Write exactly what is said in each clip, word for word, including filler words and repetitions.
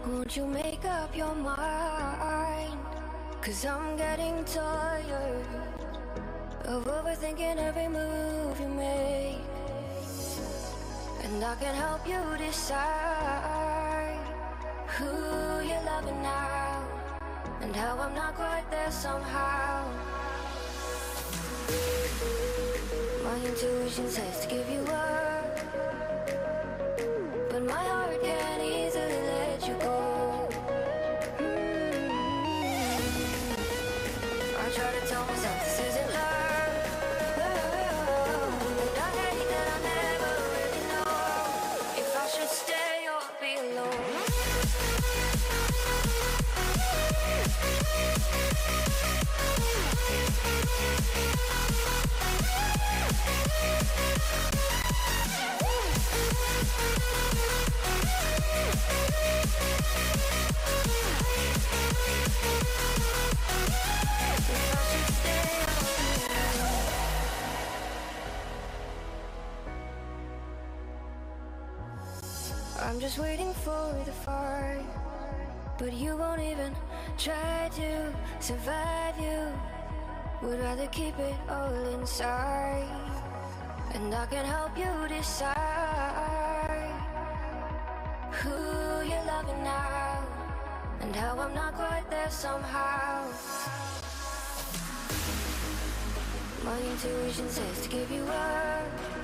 Won't you make up your mind? Cause I'm getting tired of overthinking every move you make. And I can help you decide who you're loving now, and how I'm not quite there somehow. My intuition says to give you up, but my heart can't easily let you go. Mm-hmm. I try to tell myself this isn't love, and I hate that I never really know if I should stay or be alone. I'm just waiting for the fire, but you won't even try to survive. You would rather keep it all inside, and I can help you decide who you're loving now, and how I'm not quite there somehow. My intuition says to give you up,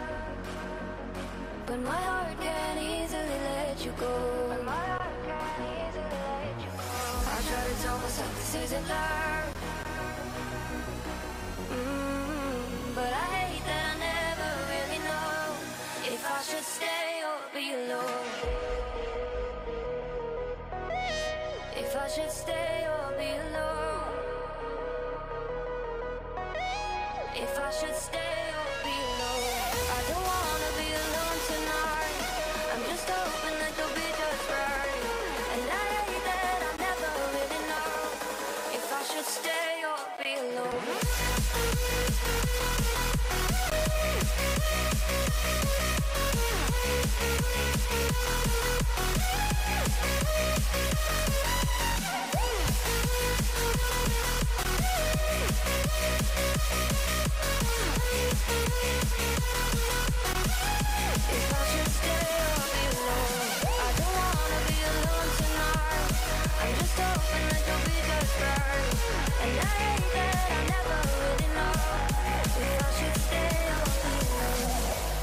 but my heart can't easily let you go. But my heart can't easily let you go. I try to tell myself this isn't love, mm, but I hate that I never really know if I should stay or be alone. If I should stay or be alone. If I should stay or be alone. I don't wanna be alone tonight. I'm just hoping that you'll be just right. And I hate that I never really know if I should stay or be alone. If I should stay or be alone. I don't wanna be alone tonight. I'm just hoping that you'll be just right. And I hate that I never really know if I should stay or be alone.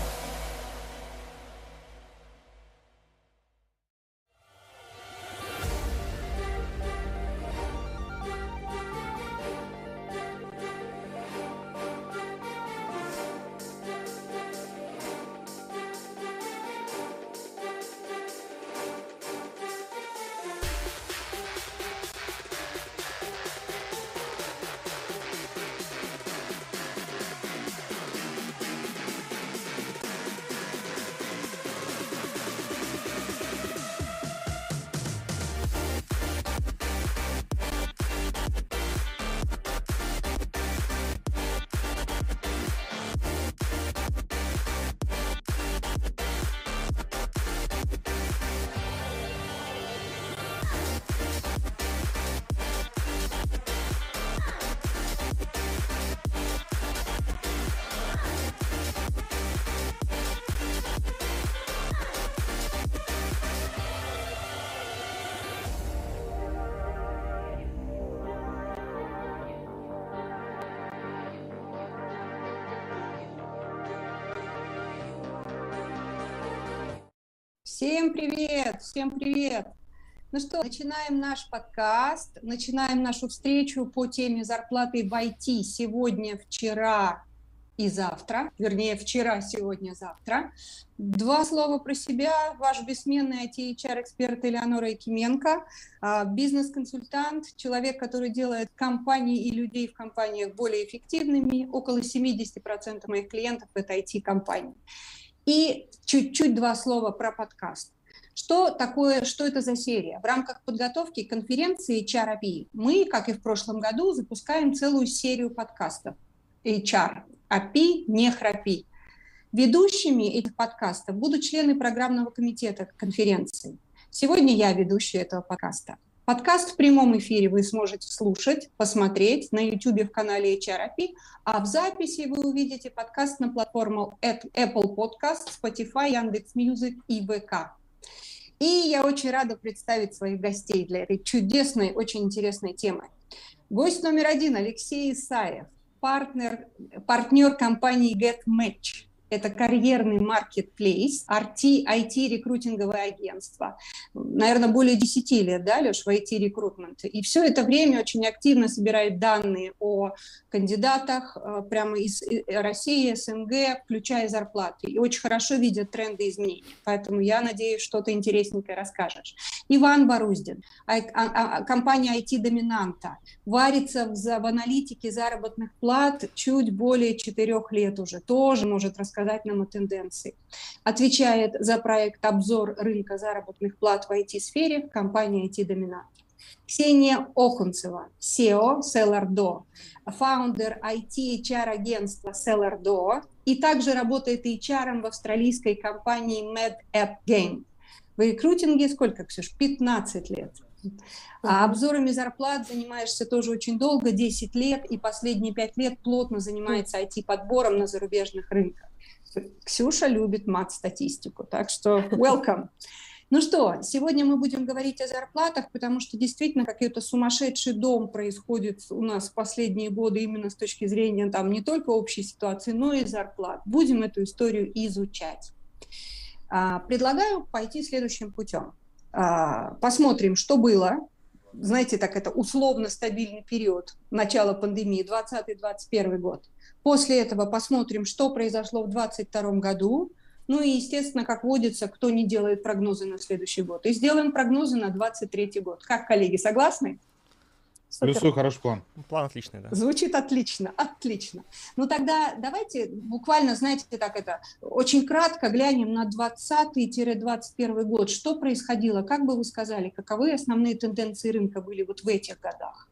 Всем привет, всем привет. Ну что, начинаем наш подкаст, начинаем нашу встречу по теме зарплаты в ай ти сегодня, вчера и завтра, вернее, вчера, сегодня, завтра. Два слова про себя. Ваш бессменный ай ти-эйч ар-эксперт Элеонора Якименко, бизнес-консультант, человек, который делает компании и людей в компаниях более эффективными. Около семьдесят процентов моих клиентов – это ай ти-компании. И чуть-чуть два слова про подкаст. Что такое, что это за серия? В рамках подготовки конференции эйч ар эй пи мы, как и в прошлом году, запускаем целую серию подкастов эйч ар эй пи «Не храпи». Ведущими этих подкастов будут члены программного комитета конференции. Сегодня я ведущая этого подкаста. Подкаст в прямом эфире вы сможете слушать, посмотреть на YouTube в канале эйч ар эй пи, а в записи вы увидите подкаст на платформах Apple Podcast, Spotify, Яндекс.Мьюзик и ви кей. И я очень рада представить своих гостей для этой чудесной, очень интересной темы. Гость номер один – Алексей Исаев, партнер, партнер компании GetMatch. Это карьерный маркетплейс, ай ти-рекрутинговое агентство. Наверное, более десяти лет, да, Леш, в ай ти-рекрутменте. И все это время очень активно собирает данные о кандидатах прямо из России, эс эн гэ, включая зарплаты. И очень хорошо видят тренды изменений. Поэтому я надеюсь, что-то интересненькое расскажешь. Иван Боруздин, компания ай ти-доминанта, варится в, в аналитике заработных плат чуть более четырех лет уже. Тоже может рассказать нам о тенденции. Отвечает за проект «Обзор рынка заработных плат в ай ти-сфере» компания ай ти-доминант. Ксения Окунцева, си и о Sellar.do, фаундер ай ти-эйч ар-агентства Sellar.do и также работает эйч ар в австралийской компании MedAppGame. В рекрутинге сколько, Ксюш? пятнадцать лет. А обзорами зарплат занимаешься тоже очень долго, десять лет, и последние пять лет плотно занимается ай ти-подбором на зарубежных рынках. Ксюша любит мат-статистику, так что welcome. Ну что, сегодня мы будем говорить о зарплатах, потому что действительно какой-то сумасшедший дом происходит у нас в последние годы именно с точки зрения там не только общей ситуации, но и зарплат. Будем эту историю изучать. Предлагаю пойти следующим путем. Посмотрим, что было. Знаете, так это условно стабильный период начала пандемии, двадцатый-двадцать первый год. После этого посмотрим, что произошло в двадцать втором году. Ну и, естественно, как водится, кто не делает прогнозы на следующий год. И сделаем прогнозы на двадцать третий год. Как, коллеги, согласны? Плюсую, хороший план. План отличный, да. Звучит отлично, отлично. Ну тогда давайте буквально, знаете, так это, очень кратко глянем на двадцатый-двадцать первый год. Что происходило? Как бы вы сказали, каковы основные тенденции рынка были вот в этих годах?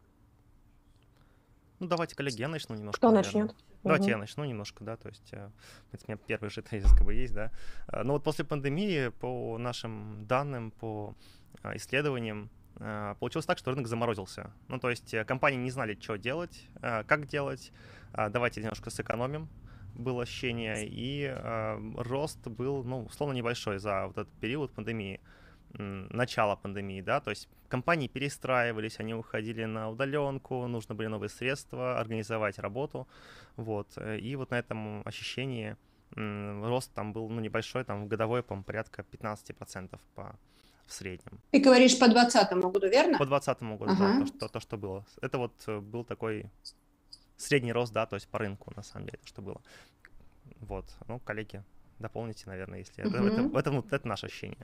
Ну давайте, коллеги, я начну немножко. Кто наверное. начнет? Давайте Угу. я начну немножко, да, то есть это у меня первый же тезис как бы есть, да. Но вот после пандемии, по нашим данным, по исследованиям, получилось так, что рынок заморозился. Ну, то есть компании не знали, что делать, как делать. Давайте немножко сэкономим, было ощущение. И рост был, ну, условно небольшой за вот этот период пандемии, начало пандемии, да. То есть компании перестраивались, они уходили на удаленку, нужны были новые средства, организовать работу. Вот. И вот на этом ощущении рост там был, ну, небольшой, там годовой, по-моему, порядка пятнадцать процентов по в среднем. Ты говоришь по двадцатому году, верно? По двадцатому году, ага. да, то что, то, что было. Это вот был такой средний рост, да, то есть по рынку, на самом деле, что было. Вот, ну, коллеги, дополните, наверное, если... Uh-huh. Это, это, это, это, это наше ощущение.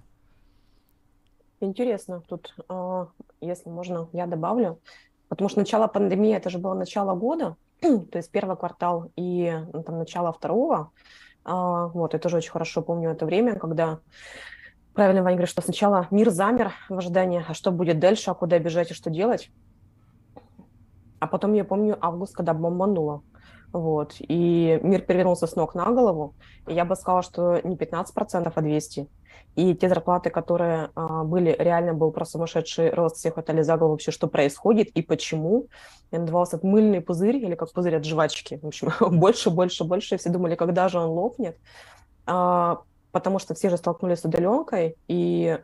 Интересно, тут, если можно, я добавлю, потому что начало пандемии, это же было начало года, то есть первый квартал и ну, там, начало второго, вот, я тоже очень хорошо помню это время, когда... Правильно Ваня говорит, что сначала мир замер в ожидании, а что будет дальше, а куда бежать и что делать. А потом, я помню, август, когда бомбануло. Вот. И мир перевернулся с ног на голову. И я бы сказала, что не пятнадцать процентов, а двести процентов. И те зарплаты, которые а, были, реально был просто сумасшедший рост, все хватали за голову вообще, что происходит и почему. И назывался этот мыльный пузырь, или как пузырь от жвачки. В общем, больше, больше, больше. И все думали, когда же он лопнет. А, потому что все же столкнулись с удаленкой, и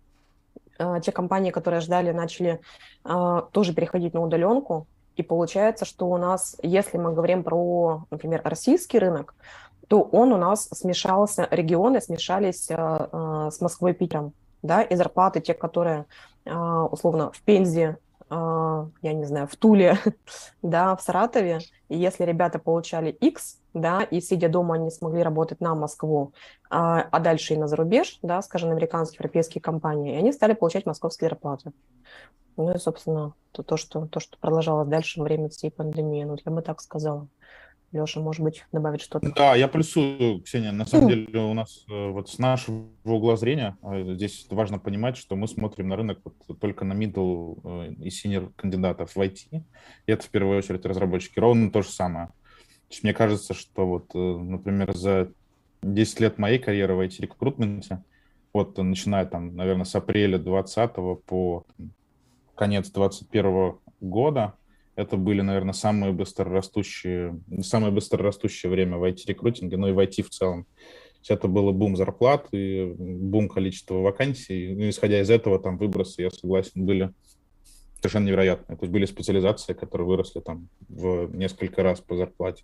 э, те компании, которые ждали, начали э, тоже переходить на удаленку, и получается, что у нас, если мы говорим про, например, российский рынок, то он у нас смешался, регионы смешались э, э, с Москвой и Питером, да, и зарплаты те, которые э, условно в Пензе, э, я не знаю, в Туле, да, в Саратове, и если ребята получали X, да, и сидя дома они смогли работать на Москву, а, а дальше и на зарубеж, да, скажем, американские, европейские компании, и они стали получать московские зарплаты. Ну и, собственно, то, то, что, то, что продолжалось дальше во время всей пандемии, ну, я бы так сказала. Леша, может быть, добавить что-то? Да, я плюсую, Ксения. На самом деле у нас вот с нашего угла зрения здесь важно понимать, что мы смотрим на рынок вот только на middle и senior кандидатов в ай ти. И это в первую очередь разработчики. Ровно то же самое. То есть мне кажется, что вот, например, за десять лет моей карьеры в ай ти-рекрутменте вот начиная там, наверное, с апреля двадцатого по конец двадцать первого года, это были, наверное, самые быстрорастущие, самое быстрорастущее время в ай ти-рекрутинге, ну и в ай ти в целом. Это было бум зарплат и бум количества вакансий. Ну, исходя из этого, там выбросы, я согласен, были совершенно невероятные. То есть были специализации, которые выросли там в несколько раз по зарплате,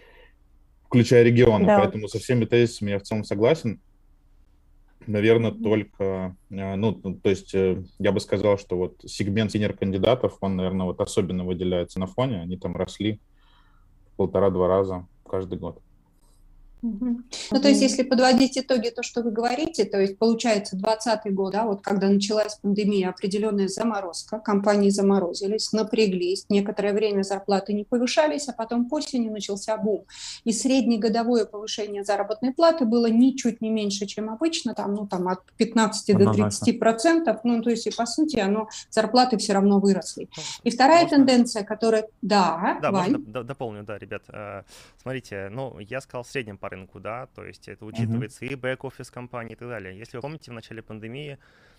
включая регионы. Да. Поэтому со всеми тезисами я в целом согласен. Наверное, только, ну, то есть я бы сказал, что вот сегмент синьор-кандидатов, он, наверное, вот особенно выделяется на фоне. Они там росли в полтора-два раза каждый год. Угу. Ну, то есть, если подводить итоги, то, что вы говорите, то есть, получается, двадцатый год, да, вот когда началась пандемия, определенная заморозка, компании заморозились, напряглись, некоторое время зарплаты не повышались, а потом к осени начался бум. И среднегодовое повышение заработной платы было ничуть не меньше, чем обычно, там, ну, там, от пятнадцати до тридцати процентов, ну, то есть, и по сути, оно, зарплаты все равно выросли. И вторая Можно? тенденция, которая... Да, Да, Вань? можно дополню, да, ребят. Смотрите, ну, я сказал в среднем по рынку, да, то есть это учитывается uh-huh. и бэк-офис компании и так далее. Если вы помните, в начале пандемии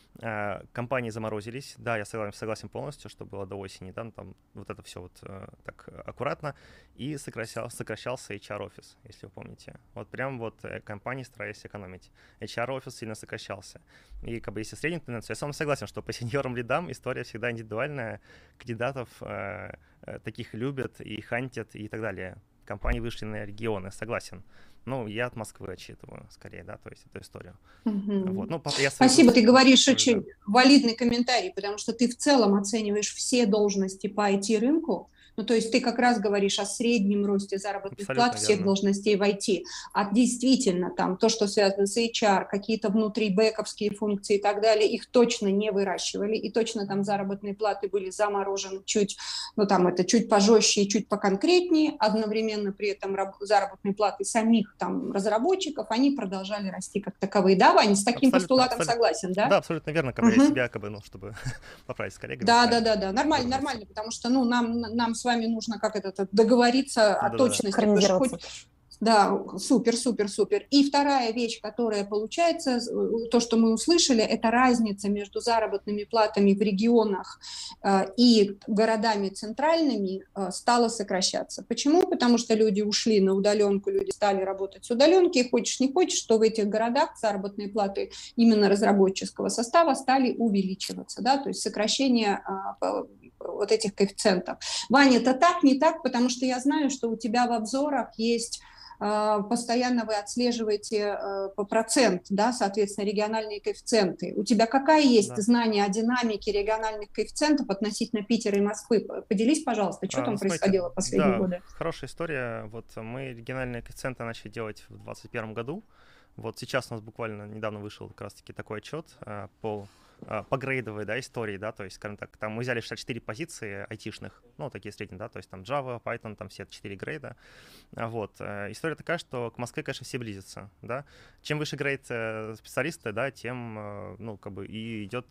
э, компании заморозились, да, я согласен, согласен полностью, что было до осени, да, ну, там вот это все вот э, так аккуратно, и сокращал, сокращался эйч ар-офис, если вы помните. Вот прям вот э, компании старались экономить. эйч ар-офис сильно сокращался. И как бы если средняя тенденция, я с вами согласен, что по сеньорам лидам история всегда индивидуальная, кандидатов э, э, таких любят и хантят и так далее. Компании вышли на регионы, согласен. Ну, я от Москвы отчитываю, скорее, да, то есть эту историю. Угу. Вот. Ну, я Спасибо, ты говоришь да. очень валидный комментарий, потому что ты в целом оцениваешь все должности по ай ти-рынку. Ну, то есть ты как раз говоришь о среднем росте заработных Абсолютно плат всех верно. должностей в ай ти. А действительно, там, то, что связано с эйч ар, какие-то внутрибэковские функции и так далее, их точно не выращивали, и точно там заработные платы были заморожены чуть, ну, там, это чуть пожестче и чуть поконкретнее, одновременно при этом заработные платы самих там разработчиков, они продолжали расти как таковые. Да, Ваня, с таким абсолютно, постулатом абсолютно. согласен, да? Да, абсолютно верно, как бы угу. я себя, как бы, ну, чтобы поправить с коллегами. Да, да, да, да, нормально, нормально, потому что, ну, нам, нам с вами нужно как это договориться да, о да, точности. Да. Хоть... Да, супер, супер, супер. И вторая вещь, которая получается, то, что мы услышали, это разница между заработными платами в регионах э, и городами центральными э, стала сокращаться. Почему? Потому что люди ушли на удаленку, люди стали работать с удаленки, и хочешь не хочешь, что в этих городах заработные платы именно разработческого состава стали увеличиваться, да, то есть сокращение э, вот этих коэффициентов. Ваня, это так, не так, потому что я знаю, что у тебя в обзорах есть постоянно вы отслеживаете по процент, да, соответственно, региональные коэффициенты. У тебя какая есть да. знание о динамике региональных коэффициентов относительно Питера и Москвы? Поделись, пожалуйста, что а, там ну, происходило в последние да, годы? Хорошая история. Вот мы региональные коэффициенты начали делать в двадцать первом году. Вот сейчас у нас буквально недавно вышел как раз-таки такой отчет а, по по грейдовой, да, истории, да, то есть, скажем так, там мы взяли шестьдесят четыре позиции айтишных, ну, такие средние, да, то есть там Java, Python, там все четыре грейда, вот. История такая, что к Москве, конечно, все близятся, да. Чем выше грейд специалиста, да, тем, ну, как бы и идет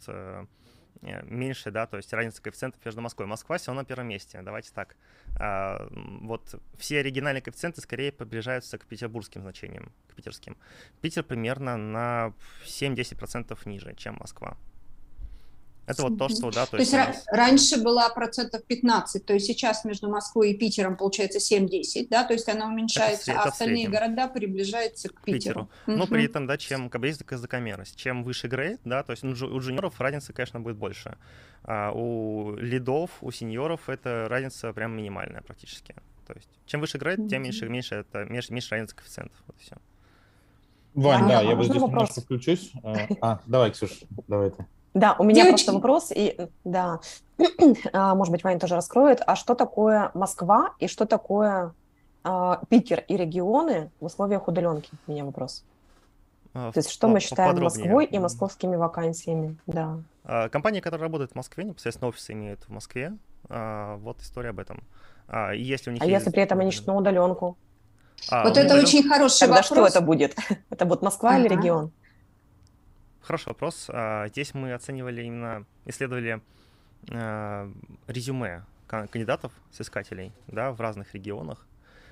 меньше, да, то есть разница коэффициентов между Москвой. Москва все равно на первом месте, давайте так. А, вот все оригинальные коэффициенты скорее приближаются к петербургским значениям, к питерским. Питер примерно на семь-десять процентов ниже, чем Москва. Это вот то, что, да, то, то есть... есть нас... раньше была процентов пятнадцать, то есть сейчас между Москвой и Питером получается семь-десять, да, то есть она уменьшается, это, а остальные города приближаются к, к Питеру. Питеру. Но при этом, да, чем, как бы есть такая закономерность, чем выше грейд, да, то есть у джуниоров разница, конечно, будет больше, а у лидов, у сеньоров это разница прям минимальная практически. То есть чем выше грейд, тем меньше, меньше, это, меньше, меньше разница коэффициентов, вот и все. Вань, да, да я бы здесь вопрос? немножко включусь. А, давай, Ксюш, давай ты. Да, у меня Девочки. просто вопрос, и да, может быть, Ваня тоже раскроет, а что такое Москва и что такое а, Питер и регионы в условиях удаленки? У меня вопрос. А, То есть что мы считаем Москвой и московскими вакансиями? Да. А, компании, которые работают в Москве, непосредственно офисы имеют в Москве, а, вот история об этом. А, и если у них а есть... если при этом они ищут на удаленку? А, вот это удаленку... очень хороший Тогда вопрос. Тогда что это будет? Это будет Москва ага. или регион? Хороший вопрос. Здесь мы оценивали именно, исследовали резюме кандидатов, соискателей, да, в разных регионах.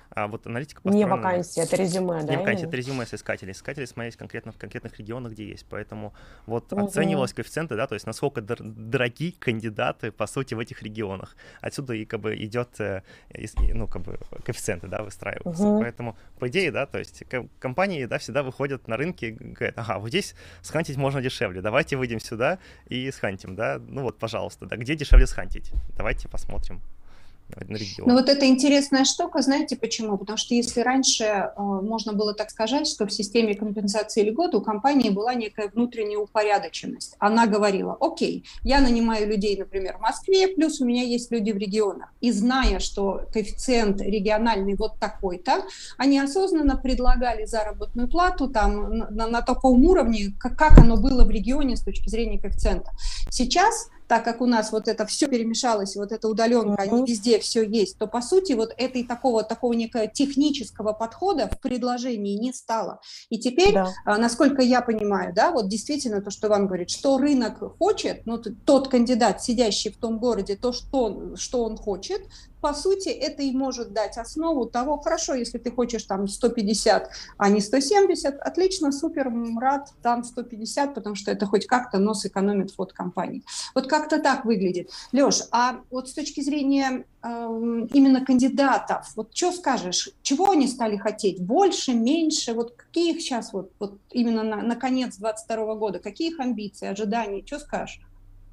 А вот аналитика Не построена... вакансия, это резюме, да? Не вакансия, именно? это резюме соискателей. Искатели смотрелись конкретно в конкретных регионах, где есть. Поэтому вот Мгм. оценивалось коэффициенты, да, то есть насколько дор- дороги кандидаты, по сути, в этих регионах. Отсюда и как бы идет, э, из- и, ну, как бы коэффициенты, да, выстраиваются. Мгм. Поэтому, по идее, да, то есть ко- компании, да, всегда выходят на рынки и говорят, ага, вот здесь схантить можно дешевле, давайте выйдем сюда и схантим, да, ну вот, пожалуйста, да, где дешевле схантить? Давайте посмотрим на регион. Ну вот это интересная штука, знаете почему? Потому что если раньше э, можно было так сказать, что в системе компенсации льгот у компании была некая внутренняя упорядоченность. Она говорила, окей, я нанимаю людей, например, в Москве, плюс у меня есть люди в регионах. И зная, что коэффициент региональный вот такой-то, они осознанно предлагали заработную плату там на, на, на таком уровне, как, как оно было в регионе с точки зрения коэффициента. Сейчас, так как у нас вот это все перемешалось, вот эта удаленка, они Мгм. везде все есть, то по сути вот этой такого, такого некого технического подхода в предложении не стало. И теперь, Да. а, насколько я понимаю, да, вот действительно то, что Иван говорит, что рынок хочет, ну, т- тот кандидат, сидящий в том городе, то, что, что он хочет, по сути, это и может дать основу того, хорошо, если ты хочешь там сто пятьдесят, а не сто семьдесят, отлично, супер, м, рад, там сто пятьдесят, потому что это хоть как-то, но сэкономит вход компании. Вот как-то так выглядит. Леш, а вот с точки зрения эм, именно кандидатов, вот что скажешь, чего они стали хотеть? Больше, меньше? Вот какие их сейчас, вот, вот именно на, на конец двадцать второго года, какие их амбиции, ожидания, что скажешь?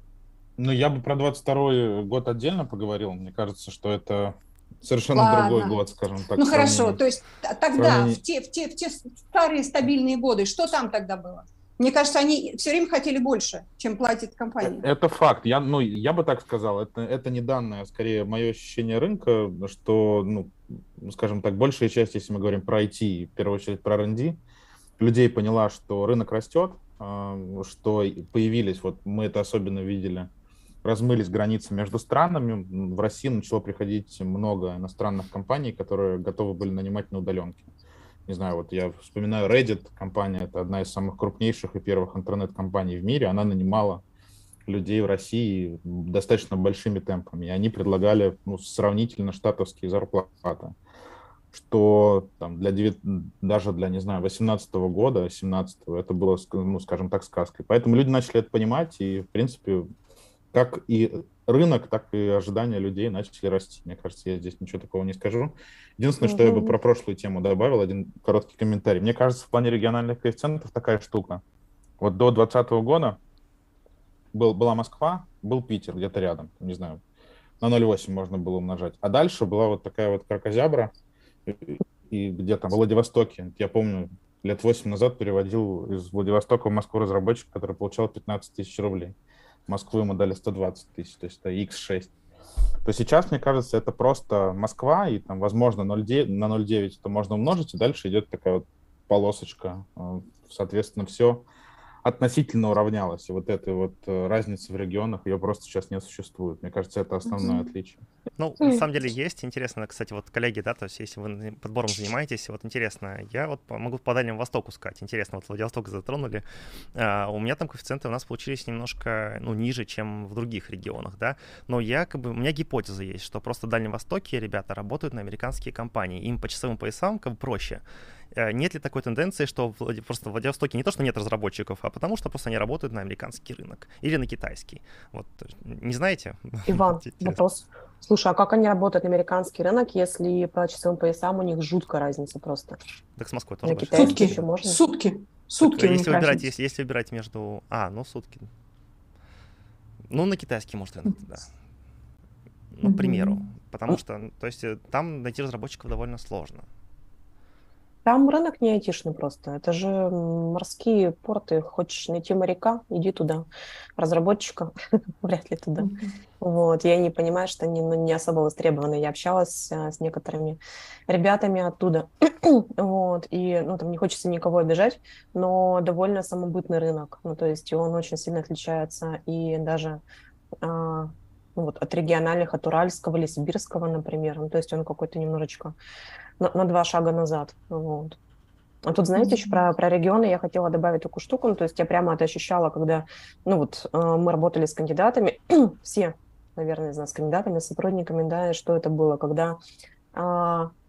Ну, я бы про двадцать второй год отдельно поговорил. Мне кажется, что это совершенно другой Ладно. год, скажем так, Ну в хорошо, сравнении. то есть т- В тогда, в сравнении... те, в, те, в те старые стабильные годы, что там тогда было? Мне кажется, они все время хотели больше, чем платит Э- компания. Это факт. Я, ну, я бы так сказал. Это, это не данное, а скорее мое ощущение рынка, что, ну, скажем так, большая часть, если мы говорим про ай ти, в первую очередь про ар энд ди, людей поняла, что рынок растет, а, что и появились, вот мы это особенно видели, размылись границы между странами. В России начало приходить много иностранных компаний, которые готовы были нанимать на удаленке. Не знаю, вот я вспоминаю Reddit, компания, это одна из самых крупнейших и первых интернет-компаний в мире, она нанимала людей в России достаточно большими темпами, и они предлагали, ну, сравнительно штатовские зарплаты, что там для девят... даже для, не знаю, восемнадцатого года, семнадцатого, это было, ну, скажем так, сказкой. Поэтому люди начали это понимать, и, в принципе, как и рынок, так и ожидания людей начали расти. Мне кажется, я здесь ничего такого не скажу. Единственное, что я бы Мгм. про прошлую тему добавил, один короткий комментарий. Мне кажется, в плане региональных коэффициентов такая штука. Вот до двадцатого года был, была Москва, был Питер где-то рядом, не знаю, на ноль целых восемь можно было умножать. А дальше была вот такая вот кракозябра, и, и где там, в Владивостоке, я помню, лет восемь назад переводил из Владивостока в Москву разработчик, который получал пятнадцать тысяч рублей. В Москву ему дали сто двадцать тысяч, то есть это икс шесть. То сейчас, мне кажется, это просто Москва, и там, возможно, ноль целых девять, на ноль целых девять это можно умножить, и дальше идет такая вот полосочка. Э, Соответственно, все относительно уравнялось. И вот этой вот э, разницы в регионах, ее просто сейчас не существует. Мне кажется, это основное Мгм. отличие. Ну, на самом деле есть. Интересно, кстати, вот коллеги, да, то есть если вы на- подбором занимаетесь, вот интересно, я вот по- могу по Дальнему Востоку сказать. Интересно, вот Владивосток затронули. А, у меня там коэффициенты у нас получились немножко, ну, ниже, чем в других регионах, да. Но я как бы, у меня гипотеза есть, что просто в Дальнем Востоке ребята работают на американские компании. Им по часовым поясам как бы проще. Э, Нет ли такой тенденции, что в Влади- просто в Владивостоке не то, что нет разработчиков, а потому что просто они работают на американский рынок или на китайский? Вот, то есть, не знаете? Иван, Интересно. вопрос. Слушай, а как они работают на американский рынок, если по часовым поясам у них жуткая разница просто? Так с Москвой тоже На большая китайский разница. еще можно? Сутки. Так, Сутки у них если выбирать, разница. если, если выбирать между... А, ну, сутки. Ну, на китайский, может, рынок, да. Ну, к примеру. Мгм. Потому что, ну, то есть, э, там найти разработчиков довольно сложно. Там рынок не айтишный просто. Это же м, морские порты. Хочешь найти моряка, иди туда. Разработчика вряд ли туда. Мгм. Вот. Я не понимаю, что они, ну, не особо востребованы. Я общалась а, с некоторыми ребятами оттуда. Вот. И, ну, там не хочется никого обижать, но довольно самобытный рынок. Ну, то есть он очень сильно отличается и даже а, ну, вот, от региональных, от уральского или сибирского, например. Ну, то есть он какой-то немножечко на, на два шага назад. Вот. А тут, знаете, еще Мгм. про, про регионы я хотела добавить такую штуку. Ну, то есть я прямо это ощущала, когда, ну вот, э, мы работали с кандидатами, все, наверное, из нас с кандидатами, с сотрудниками, да, и что это было, когда а,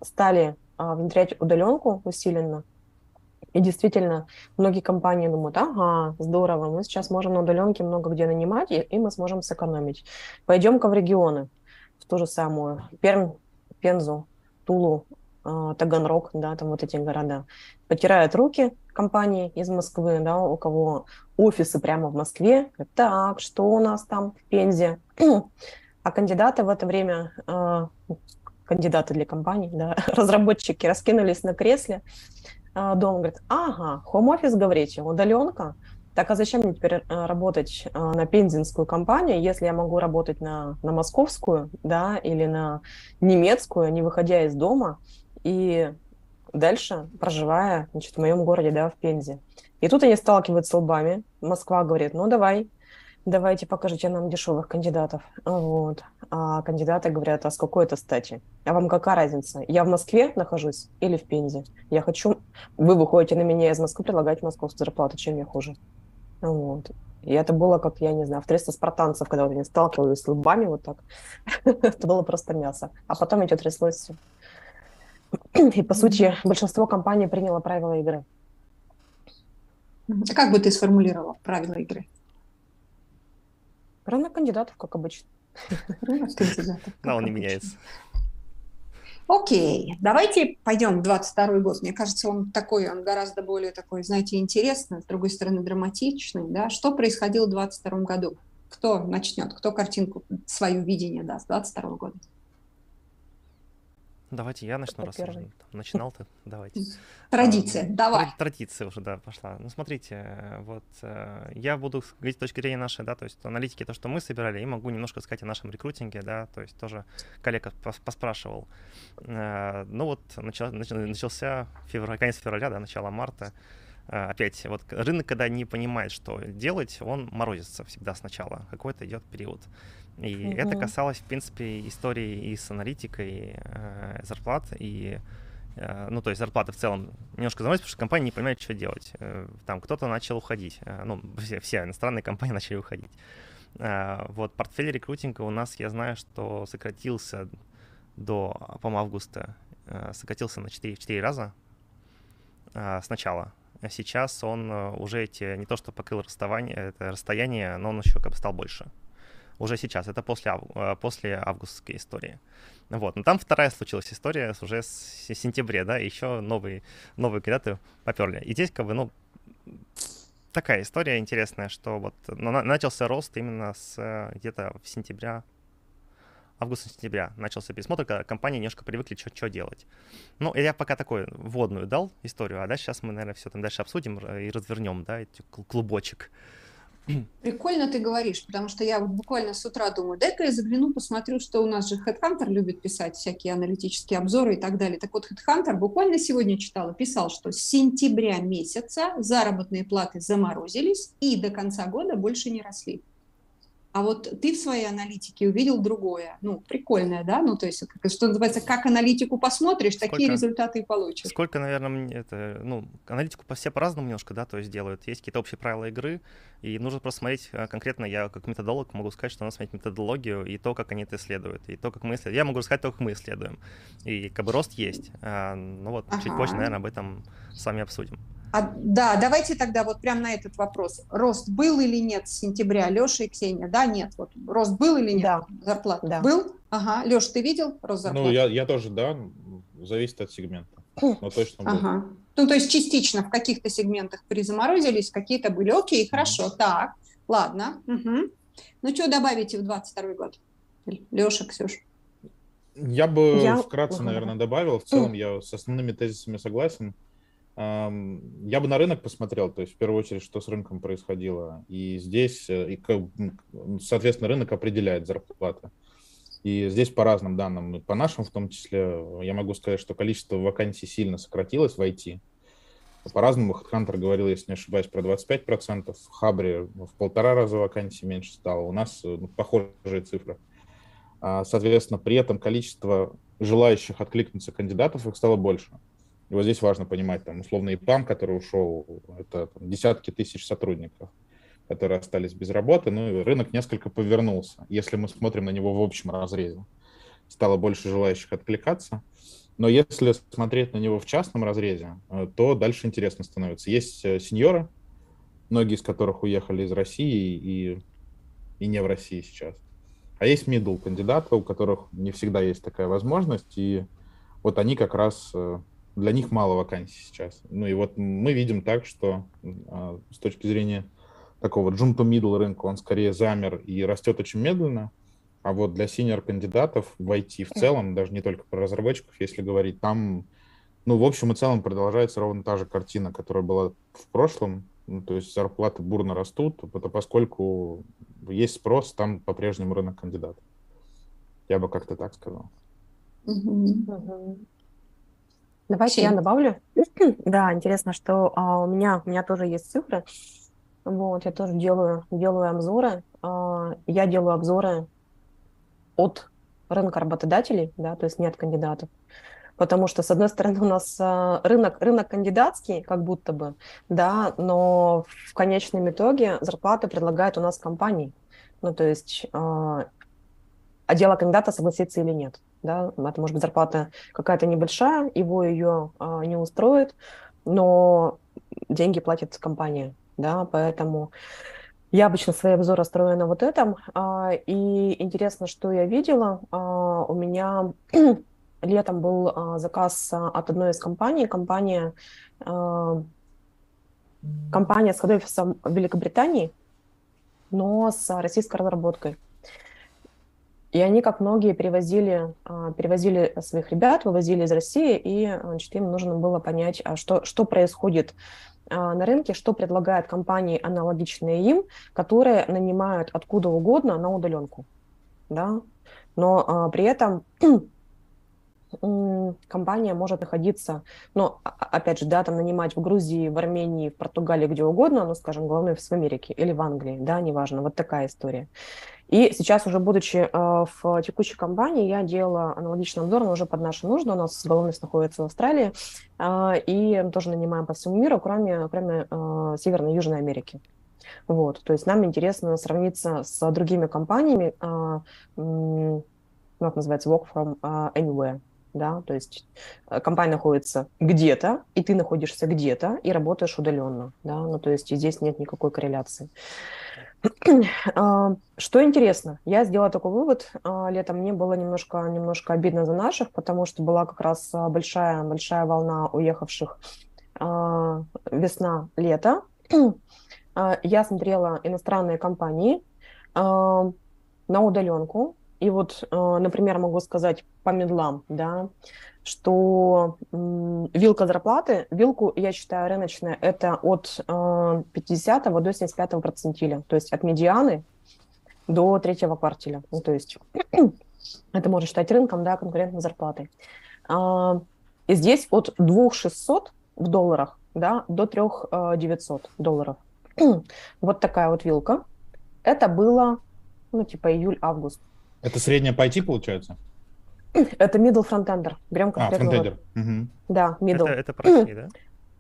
стали а, внедрять удаленку усиленно, и действительно, многие компании думают, ага, здорово, мы сейчас можем на удаленке много где нанимать, и, и мы сможем сэкономить. Пойдем-ка в регионы, в ту же самую Пермь, Пензу, Тулу, э, Таганрог, да, там вот эти города. Потирают руки компании из Москвы, да, у кого офисы прямо в Москве. Так, что у нас там в Пензе? А кандидаты в это время, э, кандидаты для компаний, да, разработчики раскинулись на кресле, дома, говорит, ага, хоум-офис, говорите, удаленка. Так, а зачем мне теперь работать на пензенскую компанию, если я могу работать на, на московскую, да, или на немецкую, не выходя из дома, и дальше проживая, значит, в моем городе, да, в Пензе. И тут они сталкиваются лбами. Москва говорит, ну, давай, давайте покажите нам дешевых кандидатов. Вот. А кандидаты говорят, а с какой это стати? А вам какая разница? Я в Москве нахожусь или в Пензе? Я хочу... Вы выходите на меня из Москвы, предлагаете московскую зарплату. Чем я хуже? Вот. И это было, как, я не знаю, в триста спартанцев, когда вот они сталкивались с лбами вот так. Это было просто мясо. А потом идет тряслось все. И, по сути, большинство компаний приняло правила игры. А как бы ты сформулировала правила игры? Рынок кандидатов, как обычно. Рынок кандидатов. Да, он не меняется. Окей, давайте пойдем в двадцать второй год. Мне кажется, он такой, он гораздо более такой, знаете, интересный, с другой стороны, драматичный. Да? Что происходило в двадцать втором году? Кто начнет? Кто картинку, свое видение даст двадцать второго года? Давайте я начну, раз уже начинал-то, давайте. Традиция, а, давай. Традиция уже, да, пошла. Ну, смотрите, вот я буду говорить с точки зрения нашей, да, то есть аналитики, то, что мы собирали, и могу немножко сказать о нашем рекрутинге, да, то есть тоже коллега поспрашивал. Ну вот начался февраль, конец февраля, да, начало марта. Опять, вот рынок, когда не понимает, что делать, он морозится всегда сначала, какой-то идет период. И mm-hmm. это касалось, в принципе, истории и с аналитикой, э, зарплат, и, э, ну, то есть зарплаты в целом немножко заморозились, потому что компания не понимает, что делать. Э, там кто-то начал уходить, э, ну, все, все иностранные компании начали уходить. Э, вот портфель рекрутинга у нас, я знаю, что сократился до, по-моему, августа, э, сократился на четыре, четыре раза э, сначала. А сейчас он уже эти, не то что покрыл расставание, это расстояние, но он еще как бы стал больше. Уже сейчас, это после, после августской истории. Вот. Но там вторая случилась история уже с сентября, да, и еще новые, новые кандидаты поперли. И здесь как бы, ну, такая история интересная, что вот начался рост именно с где-то в сентября, августа-сентября начался пересмотр, когда компании немножко привыкли, что делать. Ну, я пока такую вводную дал историю, а дальше сейчас мы, наверное, все там дальше обсудим и развернем, да, эти клубочек. Прикольно ты говоришь, потому что я вот буквально с утра думаю, дай-ка я загляну, посмотрю, что у нас же HeadHunter любит писать всякие аналитические обзоры и так далее. Так вот, HeadHunter буквально сегодня читала, писал, что с сентября месяца заработные платы заморозились и до конца года больше не росли. А вот ты в своей аналитике увидел другое. Ну, прикольное, да? Ну, то есть, что называется, как аналитику посмотришь, сколько, такие результаты и получишь. Сколько, наверное, это, ну, аналитику все по-разному немножко, да, то есть делают. Есть какие-то общие правила игры, и нужно просто смотреть конкретно, я как методолог могу сказать, что надо смотреть методологию и то, как они это исследуют, и то, как мы исследуем. Я могу рассказать то, как мы исследуем. И как бы рост есть. А, ну вот, ага. Чуть позже, наверное, об этом с вами обсудим. А, да, давайте тогда вот прямо на этот вопрос. Рост был или нет с сентября? Леша и Ксения, да, нет. Вот рост был или нет? Да. Зарплата? Да. Был? Ага. Леша, ты видел рост зарплаты? Ну, я, я тоже, да, зависит от сегмента. Но точно был. Ага. Ну, то есть частично в каких-то сегментах призаморозились, какие-то были. Окей, хорошо, mm-hmm. так, ладно. Угу. Ну, что добавите в двадцать второй год? Леша, Ксюша. Я бы я... вкратце, наверное, добавил. В целом я с основными тезисами согласен. Я бы на рынок посмотрел, то есть в первую очередь, что с рынком происходило. И здесь, и, соответственно, рынок определяет зарплаты. И здесь по разным данным, по нашим в том числе, я могу сказать, что количество вакансий сильно сократилось в ай ти. По-разному HeadHunter говорил, если не ошибаюсь, про двадцать пять процентов. В Хабре в полтора раза вакансий меньше стало. У нас ну, похожие цифры. Соответственно, при этом количество желающих откликнуться кандидатов их стало больше. И вот здесь важно понимать, там, условно, ИПАМ, который ушел, это там, десятки тысяч сотрудников, которые остались без работы, ну и рынок несколько повернулся, если мы смотрим на него в общем разрезе. Стало больше желающих откликаться. Но если смотреть на него в частном разрезе, э, то дальше интересно становится. Есть э, сеньоры, многие из которых уехали из России и, и не в России сейчас. А есть middle кандидаты, у которых не всегда есть такая возможность, и вот они как раз, э, для них мало вакансий сейчас. Ну и вот мы видим так, что э, с точки зрения такого jump to middle рынка он скорее замер и растет очень медленно, а вот для senior кандидатов в ай ти в целом, даже не только про разработчиков, если говорить, там, ну, в общем и целом продолжается ровно та же картина, которая была в прошлом. Ну, то есть зарплаты бурно растут, это поскольку есть спрос, там по-прежнему рынок кандидатов. Я бы как-то так сказал. Мгм. Мгм. Давайте Ксень. я добавлю. Да, интересно, что а, у меня у меня тоже есть цифры. Вот, я тоже делаю делаю обзоры. А, я делаю обзоры от рынка работодателей, да, то есть не от кандидатов. Потому что, с одной стороны, у нас а, рынок, рынок кандидатский, как будто бы, да, но в конечном итоге зарплаты предлагают у нас компании. Ну, то есть а, а дело кандидата согласиться или нет. Да? Это может быть зарплата какая-то небольшая, его ее а, не устроит, но деньги платит компания. Да? Поэтому я обычно свои обзоры строю на вот этом. А, и интересно, что я видела. А, у меня летом был а, заказ а, от одной из компаний. Компания, а, компания с хед-офисом в Великобритании, но с российской разработкой. И они, как многие, перевозили, а, перевозили своих ребят, вывозили из России, и значит, им нужно было понять, а что, что происходит а, на рынке, что предлагают компании, аналогичные им, которые нанимают откуда угодно на удаленку. Да? Но а, при этом м, компания может находиться, ну, а- а- опять же, да, там нанимать в Грузии, в Армении, в Португалии, где угодно, ну, скажем, главный офис в Америке или в Англии, да, неважно, вот такая история. И сейчас уже, будучи э, в текущей компании, я делала аналогичный обзор, но уже под наши нужды. У нас головной офис находится в Австралии, э, и тоже нанимаем по всему миру, кроме, кроме э, Северной и Южной Америки. Вот, то есть нам интересно сравниться с другими компаниями, э, м, ну, это называется work from э, anywhere. Да, то есть э, компания находится где-то, и ты находишься где-то, и работаешь удаленно. Да, ну, то есть и здесь нет никакой корреляции. А, Что интересно, я сделала такой вывод а, летом. Мне было немножко, немножко обидно за наших, потому что была как раз а, большая, большая волна уехавших а, весна-лето. А, Я смотрела иностранные компании а, на удаленку. И вот, а, например, могу сказать по медлам, да, что м, вилка зарплаты, вилку, я считаю, рыночная, это от э, пятидесятого до семьдесят пятого процентиля, то есть от медианы до третьего квартиля. Ну, то есть это можно считать рынком, да, конкурентной зарплатой. А, и здесь от две тысячи шестьсот в долларах, да, до три тысячи девятьсот долларов. Вот такая вот вилка. Это было, ну, типа июль-август. Это средняя по ай ти получается? Это middle frontender. Берем А, конкретно вот. фронтендер. Угу. Да, middle. Это, это по России, да?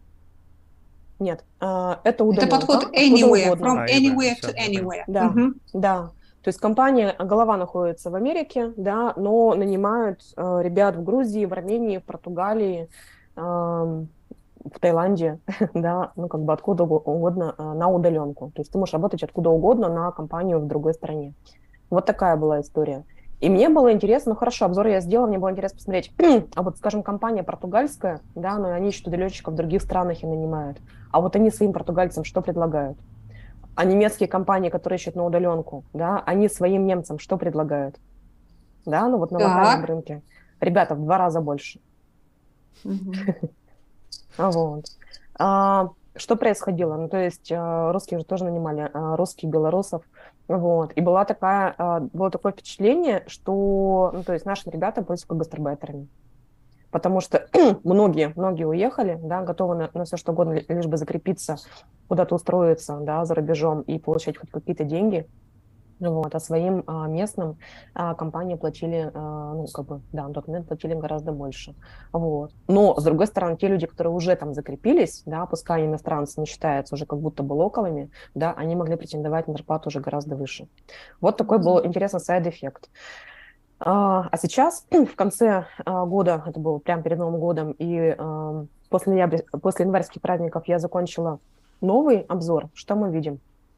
Нет, а, это Это удаленка. подход откуда anywhere, угодно. from А, anywhere, anywhere всё, to я понял. anywhere. Да, Мгм. да. То есть компания, голова находится в Америке, да, но нанимают э, ребят в Грузии, в Армении, в Португалии, эм, в Таиланде, да, ну как бы откуда уго- угодно э, на удаленку. То есть ты можешь работать откуда угодно на компанию в другой стране. Вот такая была история. И мне было интересно, ну хорошо, обзор я сделала, мне было интересно посмотреть, а вот, скажем, компания португальская, да, но они ищут удаленщиков в других странах и нанимают. А вот они своим португальцам что предлагают? А немецкие компании, которые ищут на удаленку, да, они своим немцам что предлагают? Да, ну вот на локальном Так. рынке. Ребята, в два раза больше. Мгм. А Вот. А, что происходило? Ну, то есть а, русских же тоже нанимали, а, русских, белорусов. Вот. И была такая, а, было такое впечатление, что, ну, то есть наши ребята были как гастарбайтерами. Потому что многие, многие уехали, да, готовы на, на все что угодно, ли- лишь бы закрепиться, куда-то устроиться, да, за рубежом и получать хоть какие-то деньги. Вот, а своим а, местным а, компании платили, а, ну, как бы, да, на тот момент платили гораздо больше. Вот. Но, с другой стороны, те люди, которые уже там закрепились, да, пускай они иностранцы не считаются уже как будто бы локалами, да, они могли претендовать на зарплату уже гораздо выше. Вот такой был интересный сайд-эффект. А а сейчас, в конце а, года, это было прямо перед Новым годом, и а, после, ноября, после январских праздников я закончила новый обзор. Что мы видим?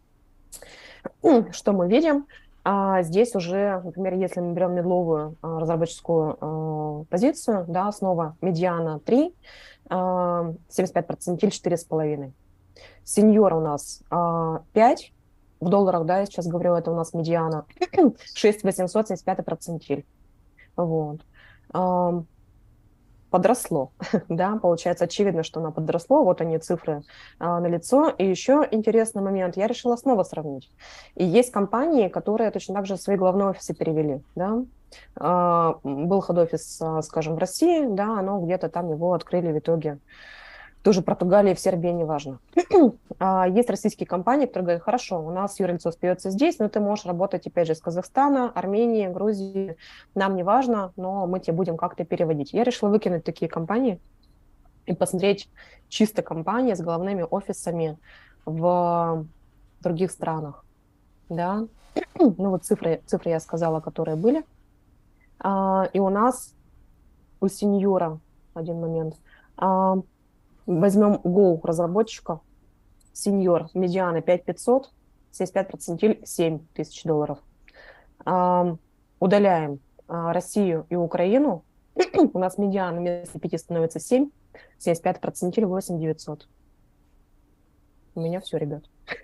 Что мы видим? А здесь уже, например, если мы берем медловую а, разработческую а, позицию, да, снова медиана три, а, семьдесят пять процентов, четыре с половиной. Сеньор у нас а, пять, в долларах, да, я сейчас говорю, это у нас медиана, шесть восемьсот, семьдесят пять процентов. Вот. А, подросло, да, получается, очевидно, что оно подросло, вот они цифры а, на лицо. И еще интересный момент, я решила снова сравнить. И есть компании, которые точно так же свои главные офисы перевели, да. А, был хед-офис, а, скажем, в России, да, но где-то там его открыли в итоге тоже в Португалии, в Сербии, неважно. А есть российские компании, которые говорят, хорошо, у нас юрлицо остается здесь, но ты можешь работать, опять же, из Казахстана, Армении, Грузии, нам не важно, но мы тебе будем как-то переводить. Я решила выкинуть такие компании и посмотреть чисто компании с головными офисами в других странах. Да? Ну вот цифры, цифры я сказала, которые были. А, и у нас, у сеньора, один момент, а, возьмем Go разработчика, сеньор, медиана пять пятьсот, семьдесят пять процентов семь тысяч долларов. А, удаляем а, Россию и Украину, у нас медиана вместо пяти становится семь, семьдесят пять процентов восемь девятьсот. У меня все, ребят.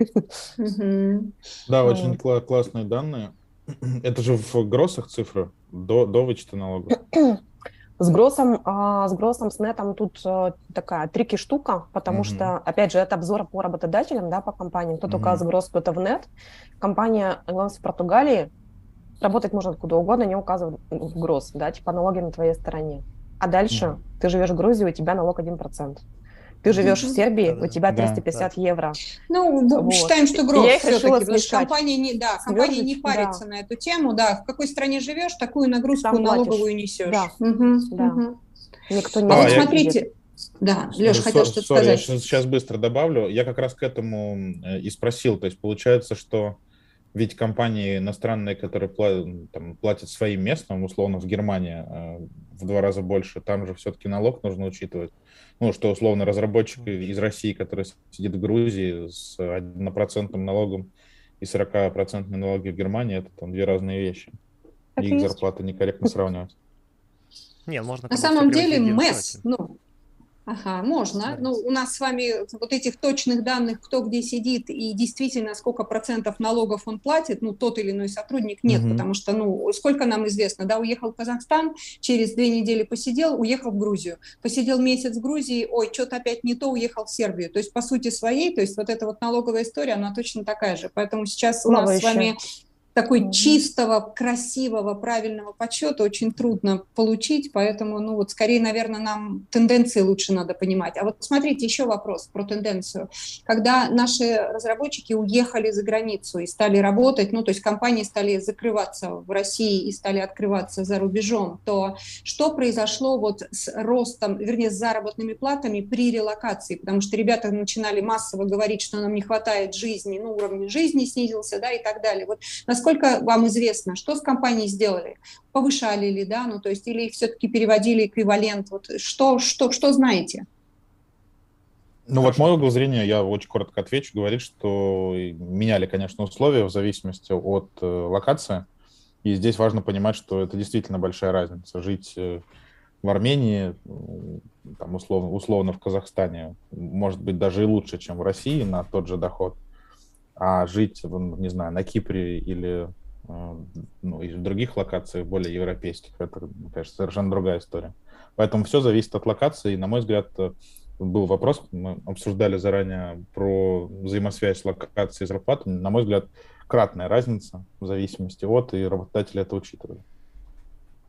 Да, очень кла- классные данные. Это же в гроссах цифры, до, до вычета налогов. С гроссом, а, с гроссом, с нетом тут а, такая трики штука, потому mm-hmm. что, опять же, это обзор по работодателям, да, по компаниям. Кто-то mm-hmm. указывает гросс, кто-то в нет. Компания, главное, в Португалии, работать можно откуда угодно, не указывать в гросс, да, типа налоги на твоей стороне. А дальше mm-hmm. ты живешь в Грузии, у тебя налог один процент. Ты живешь mm-hmm. в Сербии, да, у тебя триста пятьдесят да. евро. Ну, вот. Считаем, что гросс все-таки, потому что компания не, да, компания не парится да. на эту тему. Да, в какой стране живешь, такую нагрузку Сам налоговую платишь. Несешь. Да. Угу. Да. Угу. Никто не а а вот я... смотрите, да, Леша, хотел что-то сказать. Я сейчас быстро добавлю. Я как раз к этому и спросил. То есть получается, что ведь компании иностранные, которые платят, там, платят своим местным, условно, в Германии в два раза больше, там же все-таки налог нужно учитывать. Ну, что, условно, разработчик из России, который сидит в Грузии с однопроцентным налогом и сорок процентов налоги в Германии, это там две разные вещи. Так и их есть. Зарплаты некорректно сравнивать. Не, можно на самом деле МЭС, ну, ага, можно. Ну, у нас с вами вот этих точных данных, кто где сидит и действительно сколько процентов налогов он платит, ну, тот или иной сотрудник, нет, угу. потому что, ну, сколько нам известно, да, уехал в Казахстан, через две недели посидел, уехал в Грузию, посидел месяц в Грузии, ой, что-то опять не то, уехал в Сербию. То есть, по сути своей, то есть вот эта вот налоговая история, она точно такая же. Поэтому сейчас у нас с вами... такой mm-hmm. чистого, красивого, правильного подсчета очень трудно получить, поэтому, ну вот, скорее, наверное, нам тенденции лучше надо понимать. А вот смотрите, еще вопрос про тенденцию. Когда наши разработчики уехали за границу и стали работать, ну, то есть компании стали закрываться в России и стали открываться за рубежом, то что произошло вот с ростом, вернее, с заработными платами при релокации? Потому что ребята начинали массово говорить, что нам не хватает жизни, ну, уровень жизни снизился, да, и так далее. Вот насколько вам известно, что с компанией сделали? Повышали ли, да, ну, то есть, или все-таки переводили эквивалент? Вот что, что, что знаете? Ну, вот мое угол зрения, я очень коротко отвечу, говорит, что меняли, конечно, условия в зависимости от э, локации. И здесь важно понимать, что это действительно большая разница. Жить э, в Армении, там, условно, условно в Казахстане, может быть, даже и лучше, чем в России на тот же доход. А жить, не знаю, на Кипре или ну, и в других локациях, более европейских, это, конечно, совершенно другая история. Поэтому все зависит от локации. И, на мой взгляд, был вопрос, мы обсуждали заранее про взаимосвязь локации и зарплаты. На мой взгляд, кратная разница в зависимости от, и работодатели это учитывали.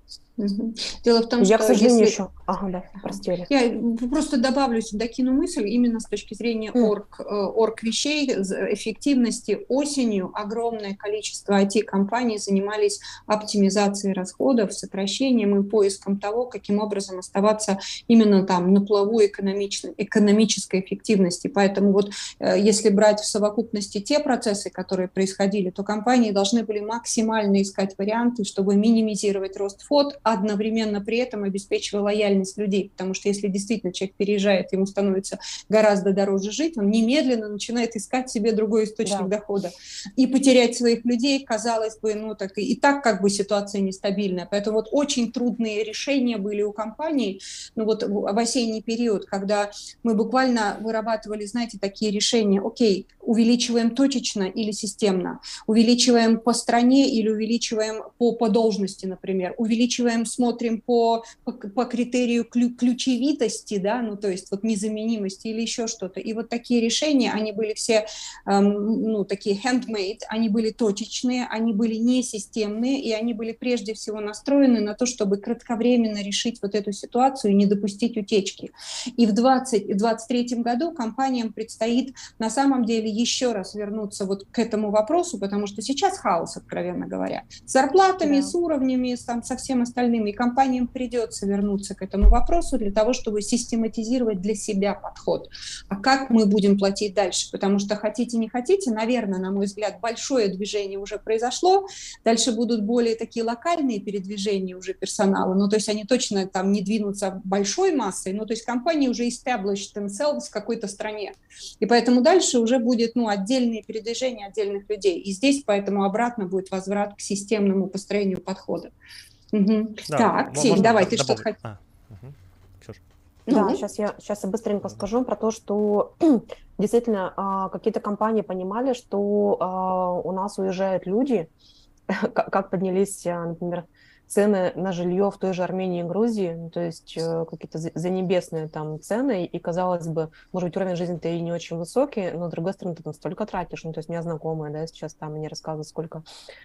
Мгм. Дело в том, Я, что к сожалению, если... еще... Ага, да, прости. Я просто добавлю сюда, кину мысль именно с точки зрения М. орг, э, орг вещей, з- эффективности. Осенью огромное количество ай ти-компаний занимались оптимизацией расходов, сокращением и поиском того, каким образом оставаться именно там на плаву экономичной, экономической эффективности. Поэтому вот э, если брать в совокупности те процессы, которые происходили, то компании должны были максимально искать варианты, чтобы минимизировать рост фот, одновременно при этом обеспечивая лояльность людей, потому что если действительно человек переезжает, ему становится гораздо дороже жить, он немедленно начинает искать себе другой источник Да. дохода. И потерять своих людей, казалось бы, ну так и, и так как бы ситуация нестабильная. Поэтому вот очень трудные решения были у компаний, ну вот в, в осенний период, когда мы буквально вырабатывали, знаете, такие решения, окей, увеличиваем точечно или системно, увеличиваем по стране или увеличиваем по, по должности, например, увеличиваем, смотрим по, по, по критерию ключ, ключевитости, да, ну то есть вот незаменимости или еще что-то. И вот такие решения, они были все, эм, ну такие handmade, они были точечные, они были не системные, и они были прежде всего настроены на то, чтобы кратковременно решить вот эту ситуацию и не допустить утечки. И в двадцать двадцать третьем году компаниям предстоит на самом деле еще раз вернуться вот к этому вопросу, потому что сейчас хаос, откровенно говоря, с зарплатами, Да. с уровнями, с, там, со всем остальным, и компаниям придется вернуться к этому вопросу для того, чтобы систематизировать для себя подход. А как мы будем платить дальше? Потому что хотите, не хотите, наверное, на мой взгляд, большое движение уже произошло, дальше будут более такие локальные передвижения уже персонала, ну, то есть они точно там не двинутся большой массой, ну, то есть компании уже established themselves в какой-то стране, и поэтому дальше уже будет, ну, отдельные передвижения отдельных людей, и здесь поэтому обратно будет возврат к системному построению подхода. Угу. Да, Так, м- Ксень, можно давай, д- ты что-то добавлю? хотел? А, мгм. Ксюш. Да, Ну, сейчас я, сейчас я быстренько Мгм. скажу про то, что действительно а, какие-то компании понимали, что а, у нас уезжают люди, как как поднялись, а, например, цены на жилье в той же Армении и Грузии, ну, то есть э, какие-то за- занебесные там цены, и казалось бы, может быть, уровень жизни-то и не очень высокий, но, с другой стороны, ты там столько тратишь, ну, то есть у меня знакомые, да, сейчас там мне рассказывают, сколько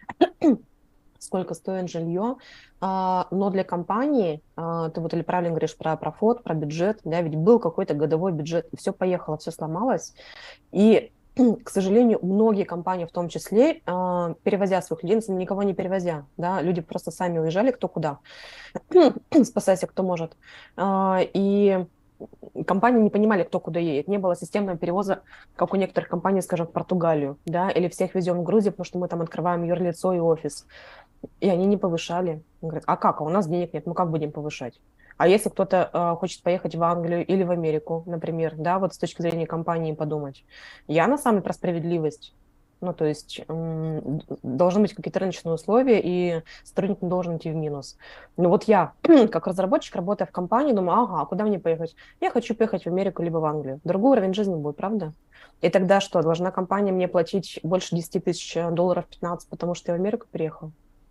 сколько стоит жилье, а, но для компании, а, ты вот или правильно говоришь про, про фот, про бюджет, да, ведь был какой-то годовой бюджет, и все поехало, все сломалось, и, к сожалению, многие компании, в том числе, а, перевозя своих людей, никого не перевозя, да, люди просто сами уезжали кто куда, спасайся кто может, А, и компании не понимали, кто куда едет. Не было системного перевоза, как у некоторых компаний, скажем, в Португалию, да, или всех везем в Грузию, потому что мы там открываем юрлицо и офис. И они не повышали. Он говорит, а как? А у нас денег нет, мы как будем повышать? А если кто-то э, хочет поехать в Англию или в Америку, например, да, вот с точки зрения компании подумать. Я на самом деле про справедливость. Ну, то есть м, должны быть какие-то рыночные условия, и сотрудник не должен идти в минус. Ну, вот я, как разработчик, работая в компании, думаю, ага, а куда мне поехать? Я хочу поехать в Америку либо в Англию. Другой уровень жизни будет, правда? И тогда что, должна компания мне платить больше десять тысяч долларов, пятнадцать, потому что я в Америку приехал?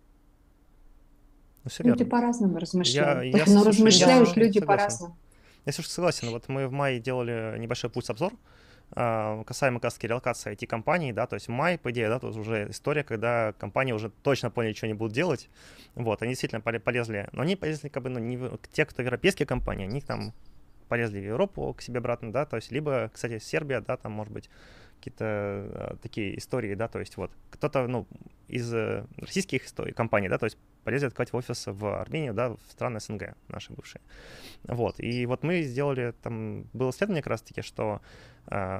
Ну, все люди верно. по-разному Я, размышляют, я, но слушай, я размышляют Да. люди согласен. по-разному. Я слушай, согласен. Вот мы в мае делали небольшой пульс-обзор а, касаемо как раз релокации ай ти-компаний, да, то есть в мае, по идее, да, тут уже история, когда компании уже точно поняли, что они будут делать, вот, они действительно поле- полезли, но они полезли как бы, ну, не в- те, кто европейские компании, они там полезли в Европу к себе обратно, да, то есть либо, кстати, Сербия, да, там, может быть, какие-то э, такие истории, да, то есть вот кто-то, ну, из э, российских историй, компаний, да, то есть полезли открывать офис в Армению, да, в страны СНГ наши бывшие. Вот, и вот мы сделали, там, было исследование как раз-таки, что э,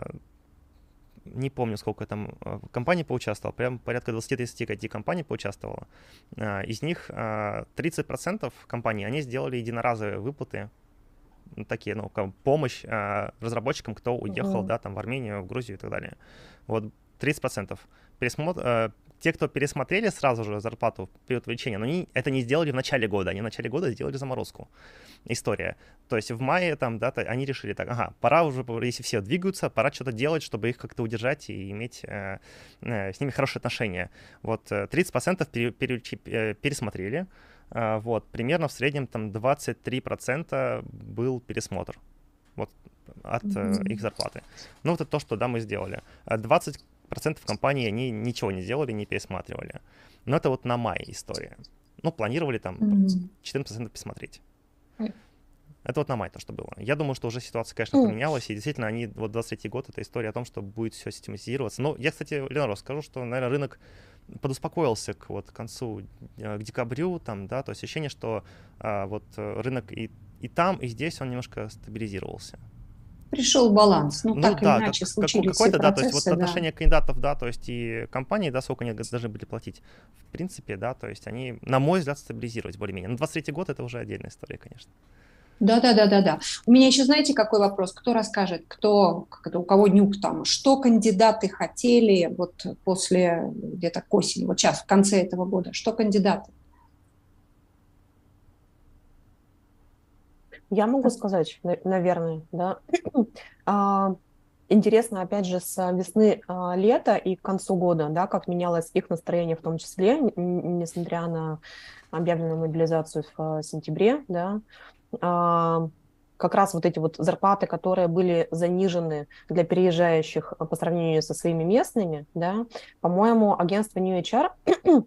не помню, сколько там э, компаний поучаствовало, прям порядка двадцать-тридцать ай ти-компаний поучаствовало. Э, из них э, тридцать процентов компаний, они сделали единоразовые выплаты, ну, такие, ну, как помощь э, разработчикам, кто уехал, Мгм. да, там, в Армению, в Грузию и так далее. Вот тридцать процентов. Пересмотр, э, те, кто пересмотрели сразу же зарплату в период увеличения, но они это не сделали в начале года, они в начале года сделали заморозку. История. То есть в мае там, да, то они решили так, ага, пора уже, если все двигаются, пора что-то делать, чтобы их как-то удержать и иметь э, э, с ними хорошие отношения. Вот э, тридцать процентов пере, пере, э, пересмотрели, э, вот, примерно в среднем там двадцать три процента был пересмотр вот от э, их зарплаты. Ну, вот это то, что, да, мы сделали. А двадцать процентов компаний, они ничего не сделали, не пересматривали. Но это вот на май история. ну, планировали там Мгм. четырнадцать процентов пересмотреть. Ой. Это вот на май то, что было. Я думаю, что уже ситуация, конечно, М. поменялась, и действительно они, вот двадцать третий год, это история о том, что будет все систематизироваться. Но я, кстати, Ленару скажу, что, наверное, рынок подуспокоился к вот к концу, э, к декабрю, там, да, то есть ощущение, что а, вот э, рынок и, и там, и здесь он немножко стабилизировался. Пришел баланс. Ну, Ну так или да, как, иначе как- случились все какой-то, да, то есть вот процессы, да. отношение кандидатов, да, то есть и компании, да, сколько они г- должны были платить, в принципе, да, то есть они, на мой взгляд, стабилизировались более-менее. Но двадцать третий год — это уже отдельная история, конечно. Да, да, да, да, да. У меня еще, знаете, какой вопрос? Кто расскажет, кто, как это, у кого нюх там, что кандидаты хотели вот после где-то к осени, вот сейчас, в конце этого года, что кандидаты? Я могу сказать, на- наверное, да. А, Интересно, опять же, с весны а, лета и к концу года, да, как менялось их настроение в том числе, н- н- несмотря на объявленную мобилизацию в а, сентябре, да. А, Как раз вот эти вот зарплаты, которые были занижены для переезжающих а, по сравнению со своими местными, да, по-моему, агентство New эйч ар,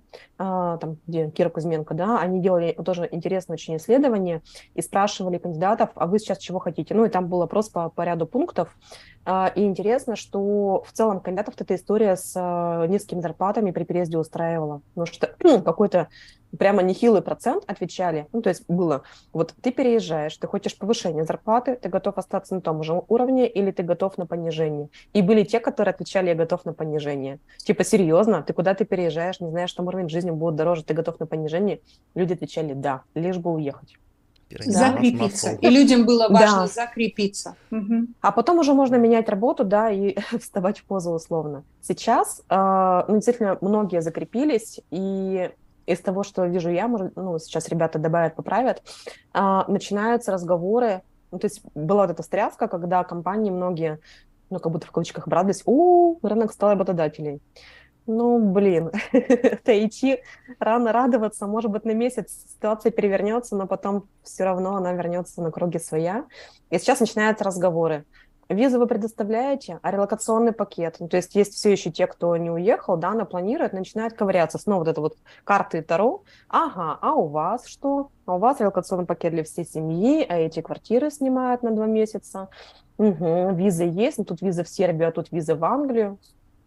а, там, где Кира Кузьменко, да, они делали тоже интересное очень исследование и спрашивали кандидатов, а вы сейчас чего хотите? Ну, и там был опрос по, по ряду пунктов. А, И интересно, что в целом кандидатов эта история с а, низкими зарплатами при переезде устраивала. Потому что ну, какой-то прямо нехилый процент отвечали. Ну, то есть было, вот ты переезжаешь, ты хочешь повышения зарплаты, ты готов остаться на том же уровне или ты готов на понижение. И были те, которые отвечали, я готов на понижение. Типа, серьезно, ты куда ты переезжаешь, не знаешь, что уровень жизни будет дороже, ты готов на понижение? Люди отвечали, да, лишь бы уехать. Перенес Да. нас Закрепиться. Москву. И людям было важно Да. закрепиться. Мгм. А потом уже можно менять работу, да, и вставать в позу условно. Сейчас, э, ну, действительно, многие закрепились, и из того, что вижу я, может, ну, сейчас ребята добавят, поправят, э, начинаются разговоры, ну, то есть была вот эта встряска, когда компании многие, ну, как будто в кавычках обрадовались, у, рынок стал работодателей. Ну, блин, это идти рано радоваться, может быть, на месяц ситуация перевернется, но потом все равно она вернется на круги своя. И сейчас начинаются разговоры. Визу вы предоставляете, а релокационный пакет? Ну, то есть есть все еще те, кто не уехал, да, но планирует, начинают ковыряться. Снова вот это вот карты Таро. Ага, а у вас что? А у вас релокационный пакет для всей семьи, а эти квартиры снимают на два месяца. Угу, виза есть, но тут виза в Сербию, а тут виза в Англию.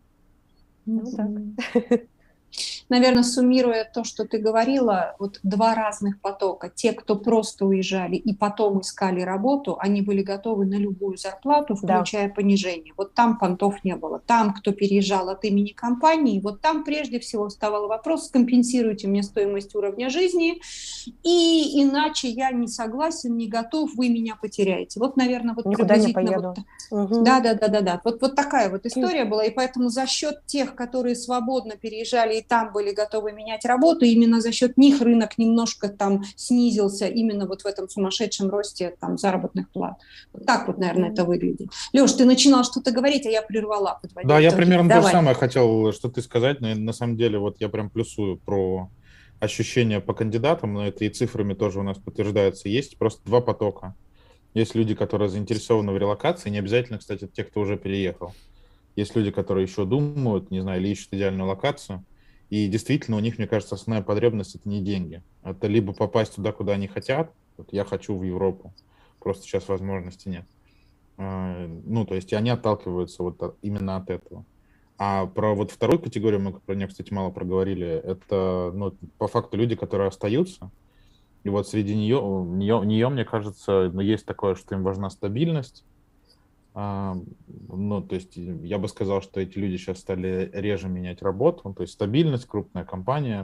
Ну, так. Мгм. Наверное, суммируя то, что ты говорила, вот два разных потока. Те, кто просто уезжали и потом искали работу, они были готовы на любую зарплату, Да. включая понижение. Вот там понтов не было. Там, кто переезжал от имени компании, вот там прежде всего вставал вопрос: скомпенсируйте мне стоимость уровня жизни, и иначе я не согласен, не готов, вы меня потеряете. Вот, наверное, вот Никуда не приблизительно поеду. вот Мгм. да, да, да, да, да. Вот, вот такая вот история была, и поэтому за счет тех, которые свободно переезжали и там были готовы менять работу, именно за счет них рынок немножко там снизился именно вот в этом сумасшедшем росте там заработных плат. Вот так вот, наверное, Мгм. это выглядит. Леш, ты начинал что-то говорить, а я прервала. подводя Да, я итоги. примерно то же Давай. самое хотел, что ты сказать, но на самом деле вот я прям плюсую про ощущения по кандидатам, но это и цифрами тоже у нас подтверждается. Есть просто два потока. Есть люди, которые заинтересованы в релокации, не обязательно, кстати, те, кто уже переехал. Есть люди, которые еще думают, не знаю, или ищут идеальную локацию. И действительно, у них, мне кажется, основная потребность – это не деньги. Это либо попасть туда, куда они хотят. Вот я хочу в Европу. Просто сейчас возможности нет. А, Ну, то есть и они отталкиваются вот от- именно от этого. А про вот вторую категорию, мы про нее, кстати, мало проговорили, это, ну, по факту люди, которые остаются. И вот среди нее, нее, нее мне кажется, ну, есть такое, что им важна стабильность. А, ну, то есть я бы сказал, что эти люди сейчас стали реже менять работу. Ну, то есть стабильность, крупная компания,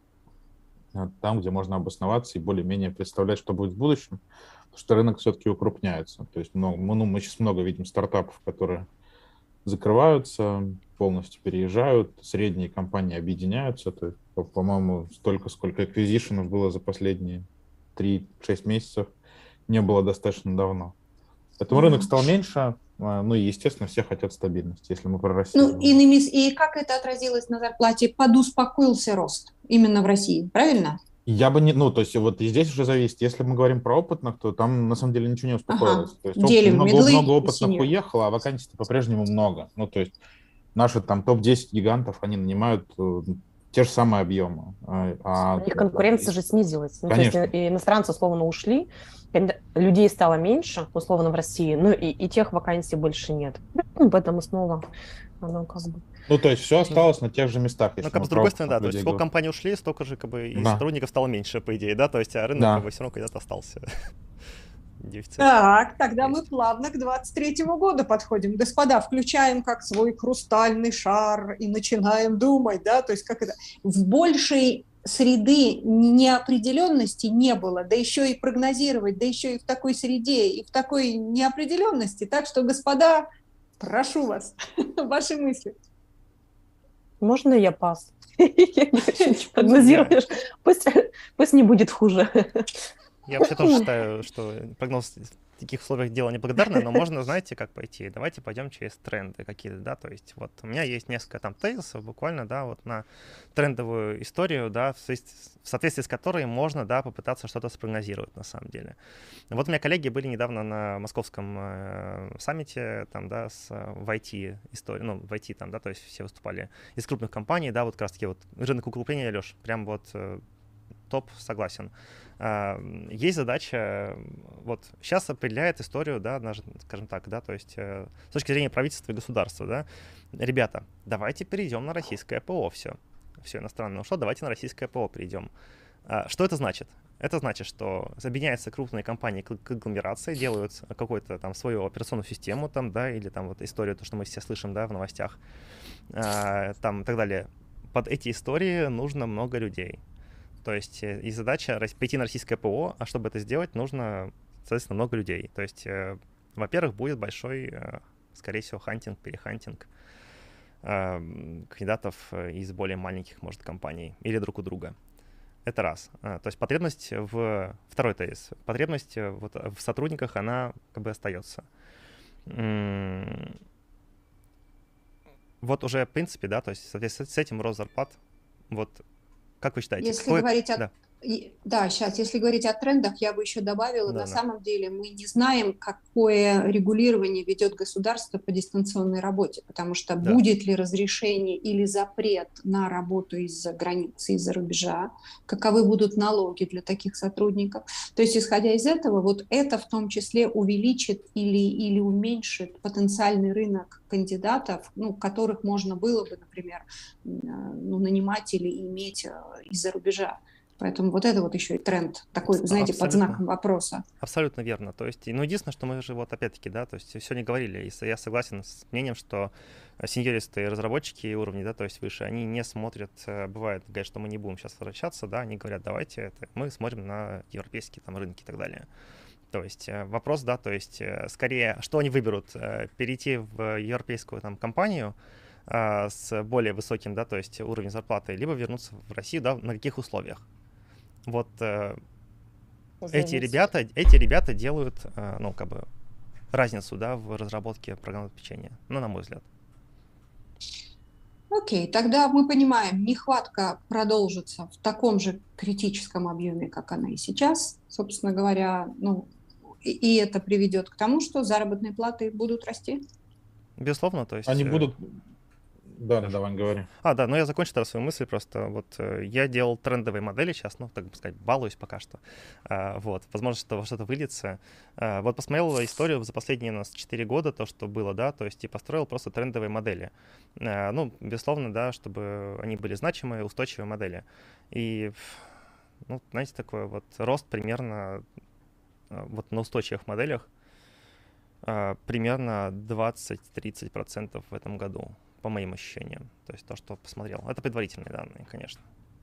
а, там, где можно обосноваться и более-менее представлять, что будет в будущем, потому что рынок все-таки укрупняется. То есть много, ну, мы сейчас много видим стартапов, которые закрываются, полностью переезжают, средние компании объединяются. То есть, по- по-моему, столько, сколько аквизишенов было за последние три-шесть месяцев, не было достаточно давно. Поэтому рынок стал меньше, а, ну и, естественно, все хотят стабильности, если мы про Россию Ну, говорим. иными, с- и как это отразилось на зарплате? Подуспокоился рост именно в России, правильно? Я бы не, ну, то есть вот и здесь уже зависит. Если мы говорим про опытных, то там на самом деле ничего не успокоилось. Ага, То есть оп- делим много, медлы много и опытных синьор. уехало, а вакансий по-прежнему много. Ну, то есть наши там топ десять гигантов, они нанимают э, те же самые объемы. А, их конкуренция же снизилась. Ну, то есть иностранцы условно ушли, людей стало меньше, условно, в России, ну и, и тех вакансий больше нет. Поэтому снова оно как бы... Ну, то есть все осталось ну, на тех же местах. Ну, как бы с другой стороны, да, то есть сколько компаний ушли, столько же как бы и да. сотрудников стало меньше, по идее, да, то есть а рынок да. как бы все равно когда-то остался. Дефицит. Так, тогда Есть. мы плавно к двадцать третьему году подходим. Господа, включаем как свой хрустальный шар и начинаем думать, да, то есть как это... В большей среды неопределенности не было, да еще и прогнозировать, да еще и в такой среде, и в такой неопределенности. Так что, господа, прошу вас, ваши мысли. Можно я пас? Я не хочу прогнозировать. Пусть не будет хуже. Я вообще тоже считаю, что прогноз в таких условиях дело неблагодарное, но можно, знаете, как пойти? Давайте пойдем через тренды какие-то, да, то есть вот у меня есть несколько там тезисов буквально, да, вот на трендовую историю, да, в соответствии с которой можно, да, попытаться что-то спрогнозировать на самом деле. Вот у меня коллеги были недавно на московском э, саммите, там, да, с, в ай ти истории, ну, в ай ти там, да, то есть все выступали из крупных компаний, да, вот как раз таки вот рынок укрепления, Лёш, прям вот э, топ, согласен. Есть задача, вот сейчас определяет историю, да, скажем так, да, то есть с точки зрения правительства и государства, да, ребята, давайте перейдем на российское ПО, все, все иностранное ушло, давайте на российское ПО перейдем. Что это значит? Это значит, что объединяются крупные компании к агломерации, делают какую-то там свою операционную систему, там, да, или там вот историю, то, что мы все слышим, да, в новостях, там и так далее. Под эти истории нужно много людей. То есть и задача пойти на российское ПО, а чтобы это сделать, нужно, соответственно, много людей. То есть, э, во-первых, будет большой, э, скорее всего, хантинг, перехантинг э, кандидатов из более маленьких, может, компаний или друг у друга. Это раз. А, то есть потребность в... Второй тезис. Потребность вот в сотрудниках, она как бы остается. М-м- вот уже, в принципе, да, то есть, соответственно, с этим рост зарплат, вот. Как вы считаете? Если какой... говорить о... да. да, сейчас, если говорить о трендах, я бы еще добавила, да, на да. самом деле мы не знаем, какое регулирование ведет государство по дистанционной работе, потому что да. будет ли разрешение или запрет на работу из-за границы, из-за рубежа, каковы будут налоги для таких сотрудников. То есть, исходя из этого, вот это в том числе увеличит или, или уменьшит потенциальный рынок кандидатов, ну, которых можно было бы, например, ну, нанимать или иметь из-за рубежа. Поэтому вот это вот еще и тренд такой, знаете, абсолютно, под знаком вопроса. Абсолютно верно. То есть, ну, единственное, что мы же вот опять-таки, да, то есть сегодня говорили, и я согласен с мнением, что сеньористые разработчики уровней, да, то есть выше, они не смотрят, бывает, говорят, что мы не будем сейчас возвращаться, да, они говорят, давайте это, мы смотрим на европейские там рынки и так далее. То есть вопрос, да, то есть скорее, что они выберут, перейти в европейскую там компанию с более высоким, да, то есть уровнем зарплаты, либо вернуться в Россию, да, на каких условиях. Вот э, эти ребята, эти ребята делают, э, ну, как бы, разницу, да, в разработке программного обеспечения, ну, на мой взгляд. Окей, тогда мы понимаем, нехватка продолжится в таком же критическом объеме, как она и сейчас, собственно говоря, ну, и, и это приведет к тому, что заработные платы будут расти? Безусловно, то есть... Они будут... Да, да, давай, говори. А, да, ну я закончу тогда свою мысль просто. Вот э, я делал трендовые модели сейчас, ну, так сказать, балуюсь пока что. А, вот, возможно, что во что-то выльется. А, вот посмотрел историю за последние у нас четыре года, то, что было, да, то есть и построил просто трендовые модели. А, ну, безусловно, да, чтобы они были значимые, устойчивые модели. И, ну, знаете, такой вот рост примерно вот на устойчивых моделях примерно двадцать-тридцать процентов в этом году. По моим ощущениям. То есть то, что посмотрел. Это предварительные данные, конечно.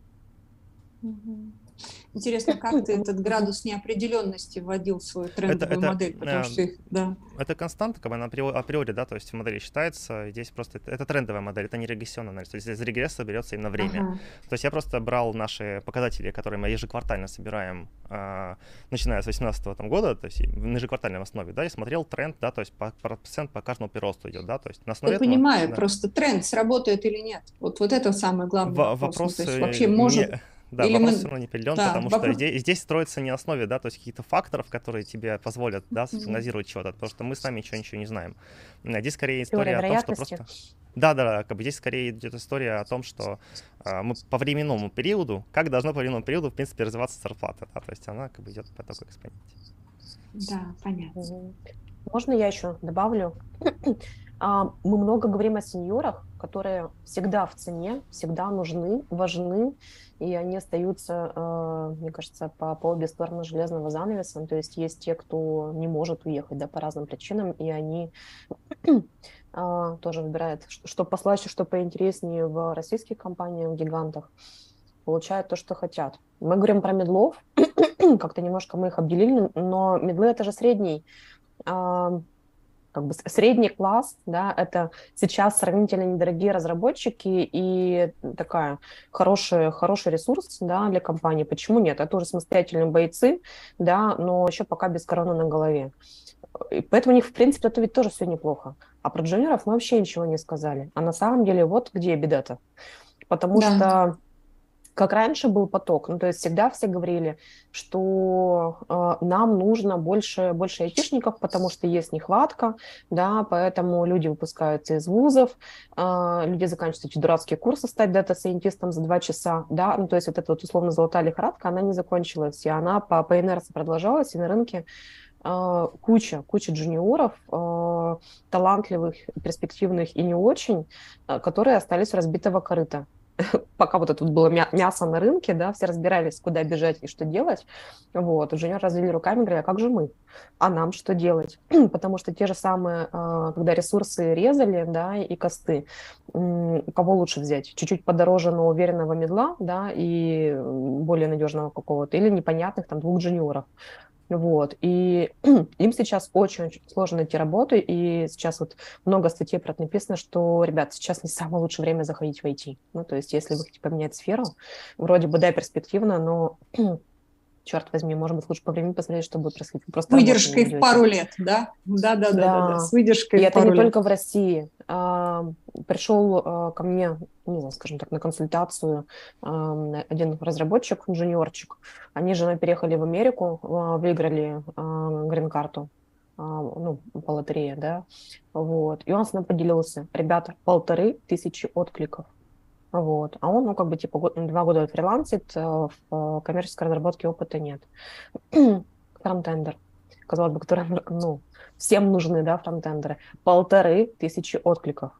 Интересно, как ты этот градус неопределенности вводил в свою трендовую это, модель? Потому э, что их, да. Это константа, как бы она априори, да, то есть в модели считается. Здесь просто это, это трендовая модель, это не регрессионная анализ. То есть из регресса берется именно время. Ага. То есть я просто брал наши показатели, которые мы ежеквартально собираем, э, начиная с две тысячи восемнадцатого года, то есть на ежеквартальной основе, да, и смотрел тренд, да, то есть по, процент по каждому приросту идет, да, то есть на основе я этого... понимаю, да. просто тренд сработает или нет. Вот, вот это самое главное. В, вопрос, ну, то есть вообще может... Не... Да, Или вопрос мы... все равно не определен, Да, потому что вопрос... здесь, здесь строится не на основе, да, то есть каких-то факторов, которые тебе позволят, да, спрогнозировать чего-то, потому что мы сами ничего, ничего не знаем. Здесь скорее Теория история о том, что вероятности. просто... Да, да, да, как бы здесь скорее идет история о том, что а, мы по временному периоду, как должна по временному периоду, в принципе, развиваться зарплата, да, то есть она как бы идет по такой экспоненте. Да, понятно. Мгм. Можно я еще добавлю? А, Мы много говорим о сеньорах, которые всегда в цене, всегда нужны, важны, и они остаются, э, мне кажется, по, по обе стороны железного занавеса. То есть есть те, кто не может уехать, да, по разным причинам, и они а, тоже выбирают, ш- что послаще, что поинтереснее в российских компаниях, гигантах, получают то, что хотят. Мы говорим про медлов, как-то немножко мы их обделили, но медлы — это же средний, а, как бы с- средний класс, да, это сейчас сравнительно недорогие разработчики и такая хороший, хороший ресурс, да, для компании. Почему нет? Это уже самостоятельные бойцы, да, но еще пока без короны на голове. И поэтому у них, в принципе, это ведь тоже все неплохо. А про джуниоров мы вообще ничего не сказали. А на самом деле вот где беда-то. Потому Да. что как раньше был поток, ну, то есть всегда все говорили, что э, нам нужно больше, больше айтишников, потому что есть нехватка, да, поэтому люди выпускаются из вузов, э, люди заканчивают эти дурацкие курсы стать дата-сайентистом за два часа, да, ну, то есть вот эта вот условно золотая лихорадка, она не закончилась, и она по, по инерции продолжалась, и на рынке э, куча, куча джуниоров, э, талантливых, перспективных и не очень, э, которые остались у разбитого корыта. Пока вот это вот было мя- мясо на рынке, да, все разбирались, куда бежать и что делать, вот, джуниор развели руками, говорили, а как же мы? А нам что делать? Потому что те же самые, а, когда ресурсы резали, да, и косты, м, кого лучше взять? Чуть-чуть подороже, но уверенного медла, да, и м, более надежного какого-то, или непонятных там двух джуниоров. Вот, и им сейчас очень-очень сложно найти работу, и сейчас вот много статей про это написано, что, ребят, сейчас не самое лучшее время заходить в ай ти. Ну, то есть, если вы хотите поменять сферу, вроде бы, да, перспективно, но, черт возьми, может быть, лучше по времени посмотреть, что будет происходить. Вы просто работу не Выдержкой в найдете. пару лет, да? Да, да, да, да, да. Да, С выдержкой и в это не пару лет. только в России. А, Пришел а, ко мне, не знаю, скажем так, на консультацию а, один разработчик, джуниорчик. Они с женой переехали в Америку, а, выиграли а, грин-карту, а, ну, по лотерее, да, вот. И он с нами поделился. Ребята, полторы тысячи откликов. Вот. А он, ну, как бы, типа, год- два года фрилансит, а в коммерческой разработке опыта нет. Фронтендер. Казалось бы, который, ну, всем нужны, да, фронтендеры. Полторы тысячи откликов.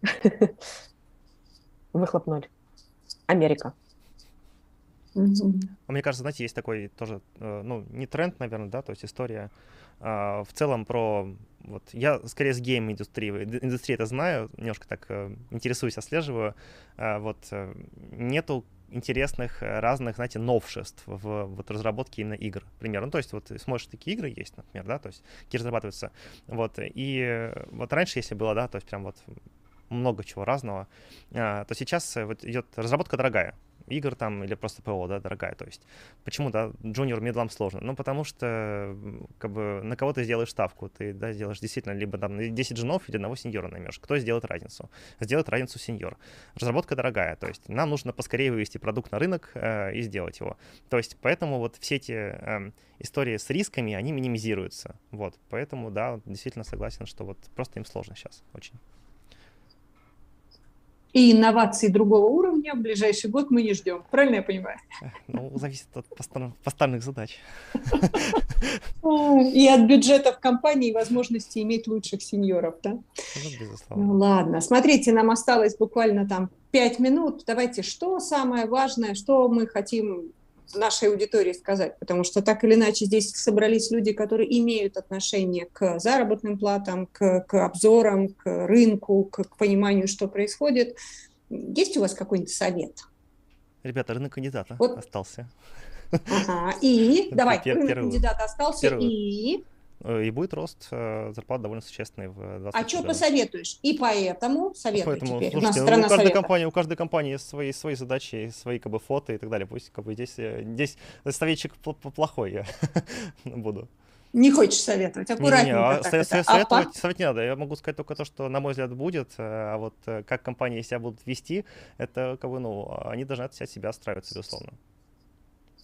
Выхлоп ноль. Америка. Мгм. А мне кажется, знаете, есть такой тоже, э, ну, не тренд, наверное, да, то есть история а, в целом про, вот, я скорее с гейм-индустрией, индустрии это знаю, немножко так э, интересуюсь, отслеживаю, а, вот, э, нету интересных э, разных, знаете, новшеств в вот, разработке именно игр, к примеру. Ну, то есть вот смотришь, такие игры есть, например, да, то есть какие разрабатываются, вот, и э, вот раньше, если было, да, то есть прям вот много чего разного, а, то сейчас э, вот идет разработка дорогая, игр там или просто ПО, да, дорогая, то есть почему, да, джуниор медлам сложно? Ну, потому что, м, как бы, на кого ты сделаешь ставку? Ты, да, сделаешь действительно либо там на десять джунов или одного сеньора наймешь. Кто сделает разницу? Сделает разницу сеньор. Разработка дорогая, то есть нам нужно поскорее вывести продукт на рынок э, и сделать его. То есть поэтому вот все эти э, истории с рисками, они минимизируются, вот. Поэтому, да, действительно согласен, что вот просто им сложно сейчас очень. И инноваций другого уровня в ближайший год мы не ждем. Правильно я понимаю? Ну, зависит от постар- поставленных задач. И от бюджетов компании, и возможности иметь лучших сеньоров, да? Ну, Ну безусловно. ладно, смотрите, нам осталось буквально там пять минут. Давайте, что самое важное, что мы хотим нашей аудитории сказать? Потому что так или иначе здесь собрались люди, которые имеют отношение к заработным платам, к, к обзорам, к рынку, к, к пониманию, что происходит. Есть у вас какой-нибудь совет? Ребята, рынок кандидата Вот. остался. Ага, и давай, Пер- рынок первый вывод. кандидата остался, Первый вывод. и... Э, И будет рост э, зарплат довольно существенный в двадцать А третьем что году. посоветуешь? И поэтому советую Поэтому, теперь. У нас слушайте, ну, у страна каждой совета. компании, у каждой компании есть свои, свои задачи, свои как бы фото и так далее. Пусть как бы здесь, э, здесь советчик пл- пл- плохой я буду. Не хочешь советовать, Не-не-не, аккуратненько а так совет, это. совет- А советовать, по- совет не надо. Я могу сказать только то, что, на мой взгляд, будет. э, А вот э, как компании себя будут вести, это как бы, ну, они должны от себя отстраиваться, безусловно.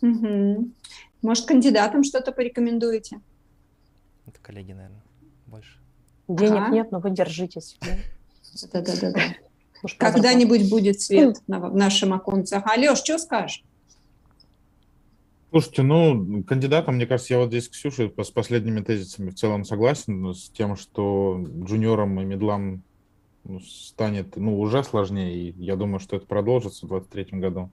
Угу. Может, кандидатам что-то порекомендуете? Это коллеги, наверное, больше. Денег Ага. нет, но вы держитесь. Да-да-да. Может, про зарплату. Когда-нибудь будет свет на в нашем оконце. Алеш, что скажешь? Слушайте, ну, кандидатам, мне кажется, я вот здесь с Ксюшей с последними тезисами в целом согласен с тем, что джуниорам и медлам ну, станет, ну, уже сложнее, и я думаю, что это продолжится в двадцать третьем году.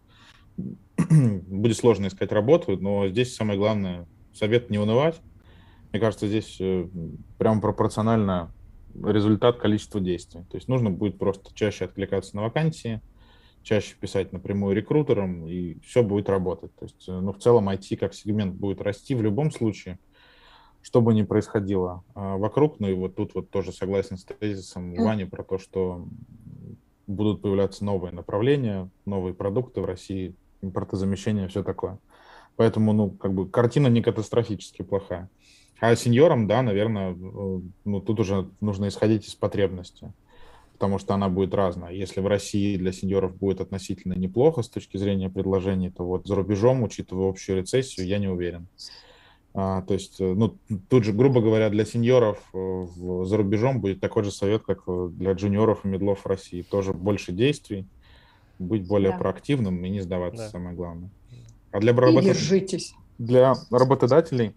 Будет сложно искать работу, но здесь самое главное, совет не унывать. Мне кажется, здесь э, прямо пропорционально результат количеству действий. То есть нужно будет просто чаще откликаться на вакансии, чаще писать напрямую рекрутерам, и все будет работать. То есть, ну, в целом ай ти как сегмент будет расти в любом случае, что бы ни происходило а, вокруг. Ну и вот тут вот тоже согласен с тезисом Вани про то, что будут появляться новые направления, новые продукты в России, импортозамещение, все такое. Поэтому, ну, как бы картина не катастрофически плохая. А сеньорам, да, наверное, ну, тут уже нужно исходить из потребности, потому что она будет разная. Если в России для сеньоров будет относительно неплохо с точки зрения предложений, то вот за рубежом, учитывая общую рецессию, я не уверен. А, то есть, ну, тут же, грубо говоря, для сеньоров в, за рубежом будет такой же совет, как для джуниоров и медлов в России. Тоже больше действий, быть более Да. проактивным и не сдаваться, Да. самое главное. А для, И работ... держитесь. для работодателей,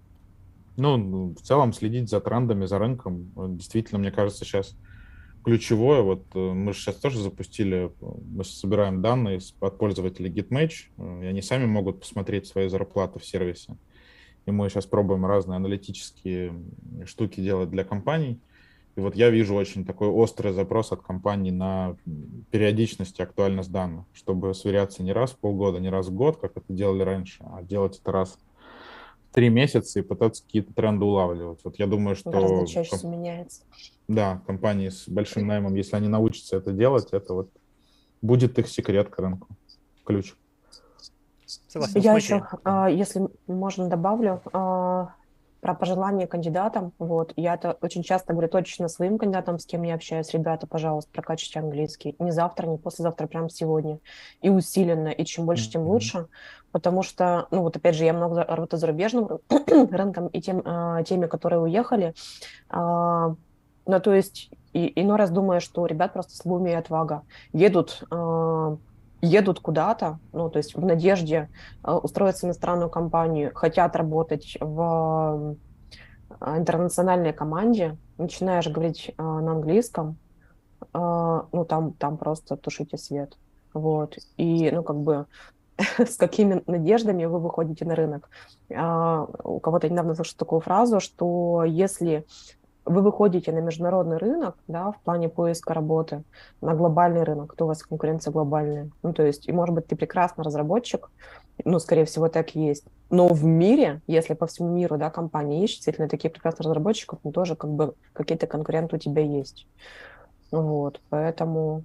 ну, в целом следить за трендами, за рынком. Действительно, мне кажется, сейчас ключевое, вот мы же сейчас тоже запустили, мы собираем данные от пользователей GitMatch, и они сами могут посмотреть свои зарплаты в сервисе. И мы сейчас пробуем разные аналитические штуки делать для компаний. И вот я вижу очень такой острый запрос от компаний на периодичность и актуальность данных, чтобы сверяться не раз в полгода, не раз в год, как это делали раньше, а делать это раз в три месяца и пытаться какие-то тренды улавливать. Вот я думаю, что... Гораздо чаще все меняется. Да, компании с большим наймом, если они научатся это делать, это вот будет их секрет к рынку, ключ. Согласен. Я Смотри. еще, а, если можно, добавлю а, про пожелания кандидатам. Вот, я это очень часто говорю точно своим кандидатам, с кем я общаюсь. Ребята, пожалуйста, прокачивайте английский. Не завтра, не послезавтра, прямо сегодня. И усиленно, и чем больше, тем Мгм. лучше. Потому что, ну вот опять же, я много работаю с зарубежным рынком и тем, а, теми, которые уехали. А, ну, то есть, и, иной раз думаю, что ребят просто слабоумие и отвага. Едут... а, едут куда-то, ну, то есть в надежде э, устроиться в иностранную компанию, хотят работать в э, интернациональной команде, начинаешь говорить э, на английском, э, ну, там, там просто тушите свет. Вот. И, ну, как бы, с какими надеждами вы выходите на рынок. А, у кого-то недавно слышал такую фразу, что если вы выходите на международный рынок, да, в плане поиска работы, на глобальный рынок, то у вас конкуренция глобальная. Ну, то есть, и, может быть, ты прекрасный разработчик, ну, скорее всего, так и есть. Но в мире, если по всему миру, да, компании ищут действительно таких прекрасных разработчиков, ну, тоже как бы какие-то конкуренты у тебя есть. Вот, поэтому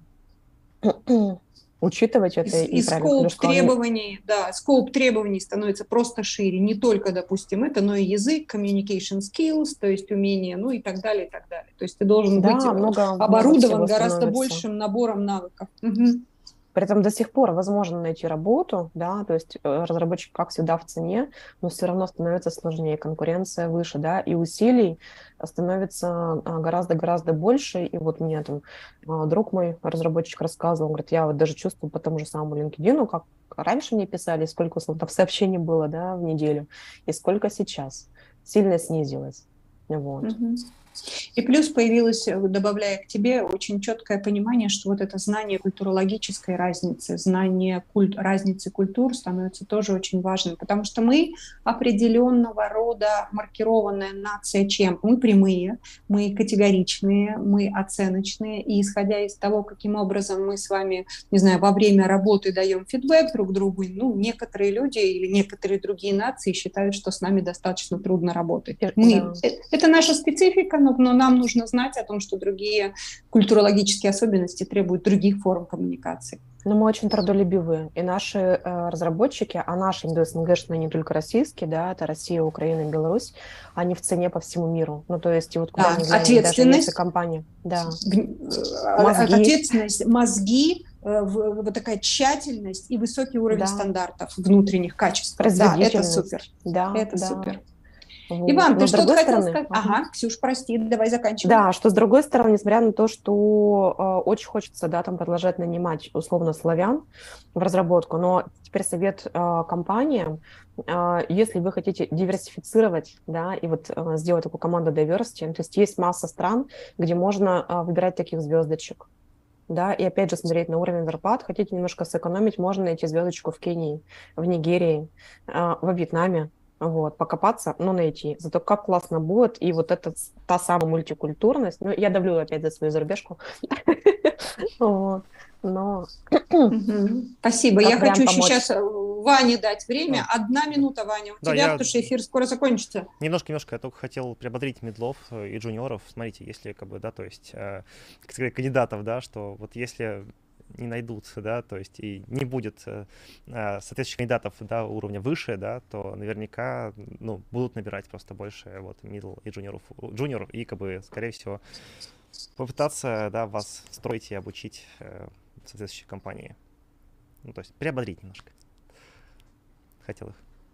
учитывать это И, и и правильно скоп Лёш сказал, не- требований, да, скоп требований становится просто шире. Не только, допустим, это, но и язык, communication skills, то есть умение, ну и так далее, и так далее. То есть ты должен да, быть э, много, много оборудован всего гораздо становится. большим набором навыков. Мгм. При этом до сих пор возможно найти работу, да, то есть э, разработчик, как всегда, в цене, но все равно становится сложнее, конкуренция выше, да, и усилий становится а, гораздо-гораздо больше. И вот мне там а, друг мой, разработчик, рассказывал, говорит, я вот даже чувствую по тому же самому LinkedIn, как раньше мне писали, сколько там сообщений было, да, в неделю, и сколько сейчас. Сильно снизилось. Вот. Мгм. И плюс появилось, э, добавляя к тебе, очень четкое понимание, что вот это знание культурологической разницы, знание куль- разницы культур становится тоже очень важным, потому что мы определенного рода маркированная нация чем? Мы прямые, мы категоричные, мы оценочные, и исходя из того, каким образом мы с вами, не знаю, во время работы даем фидбэк друг другу, ну, некоторые люди или некоторые другие нации считают, что с нами достаточно трудно работать. И- Мы, да. э, это наша специфика, но, но нам нужно знать о том, что другие культурологические особенности требуют других форм коммуникации. Но мы очень трудолюбивые, и наши э, разработчики, а наши индоэснгшные, не только российские, да, это Россия, Украина, Беларусь, они в цене по всему миру. Ну, то есть, и вот куда Да, ни глянь, даже ответственность. если компания, да, В- э, Мозги. Ответственность, мозги, в, вот такая тщательность и высокий уровень Да. стандартов внутренних качеств. Да, это Производительность. супер. Да, Это да. супер. Вот. Иван, Но ты с что-то другой хотел стороны- сказать? Ага. Ага, Ксюш, прости, давай заканчивай. Да, что с другой стороны, несмотря на то, что э, очень хочется, да, там продолжать нанимать условно славян в разработку, но теперь совет э, компаниям, э, если вы хотите диверсифицировать, да, и вот э, сделать такую команду diversity, то есть есть масса стран, где можно э, выбирать таких звездочек. Да, и опять же смотреть на уровень зарплат. Хотите немножко сэкономить, можно найти звездочку в Кении, в Нигерии, э, во Вьетнаме. Вот, покопаться, но найти. Зато как классно будет, и вот эта с- та самая мультикультурность, ну, я давлю опять за свою зарубежку, вот, но Мгм. Спасибо. Как Я прям хочу еще помочь? сейчас Ване дать время. Да. Одна минута, Ваня, у Да, тебя, я- потому что эфир скоро закончится. Немножко-немножко я только хотел приободрить медлов э, и джуниоров. Смотрите, если как бы, да, то есть э, как сказать, кандидатов, да, что вот если не найдутся, да, то есть и не будет э, э, соответствующих кандидатов, да, уровня выше, да, то наверняка, ну, будут набирать просто больше вот middle и джуниоров, джуниор, и как бы, скорее всего, попытаться, да, вас строить и обучить э, соответствующей компании. Ну, то есть приободрить немножко. Хотел их.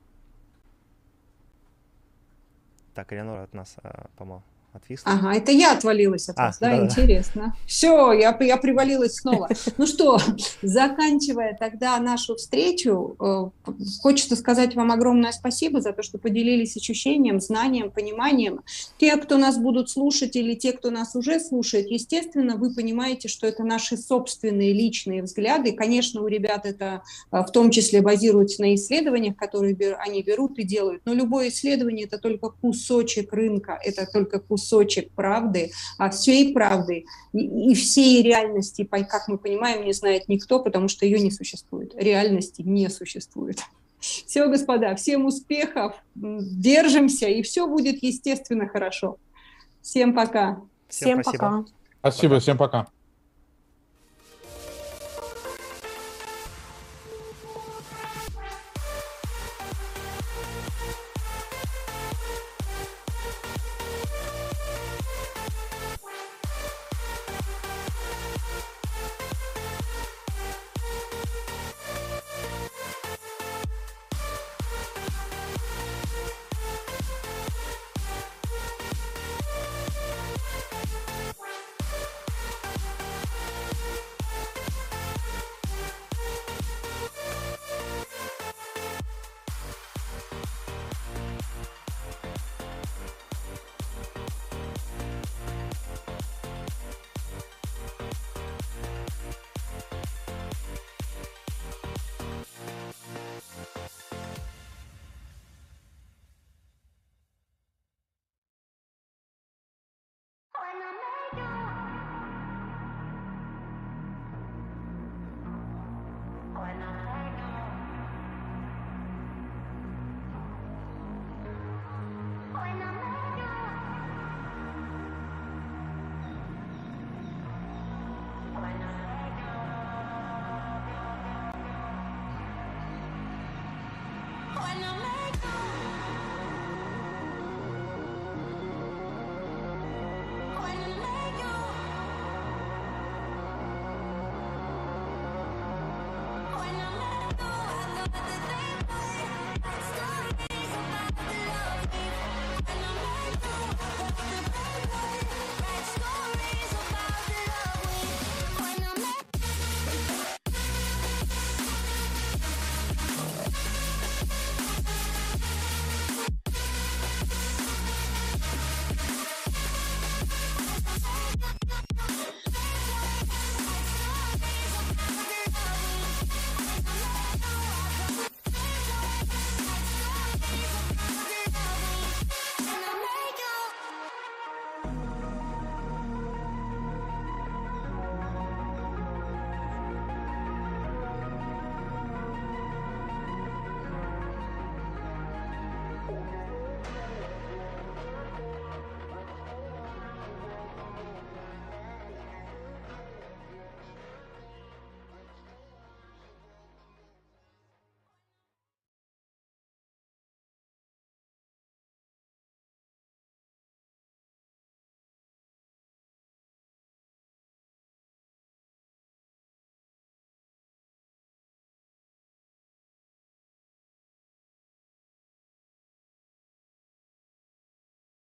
Так, Элеонора от нас, а, по-моему, отвисла. Ага, это я отвалилась от А, вас, да, да-да. интересно. Все, я, я привалилась снова. Ну что, заканчивая тогда нашу встречу, э, хочется сказать вам огромное спасибо за то, что поделились ощущением, знанием, пониманием. Те, кто нас будут слушать, или те, кто нас уже слушает, естественно, вы понимаете, что это наши собственные личные взгляды. Конечно, у ребят это э, в том числе базируется на исследованиях, которые бер- они берут и делают. Но любое исследование – это только кусочек рынка, это только кусочек правды, а всей правды и, и всей реальности, по- как мы понимаем, не знает никто, потому что ее не существует. Реальности не существует. Все, господа, всем успехов, м, держимся, и все будет, естественно, хорошо. Всем пока. Всем всем спасибо. пока. Спасибо, всем пока.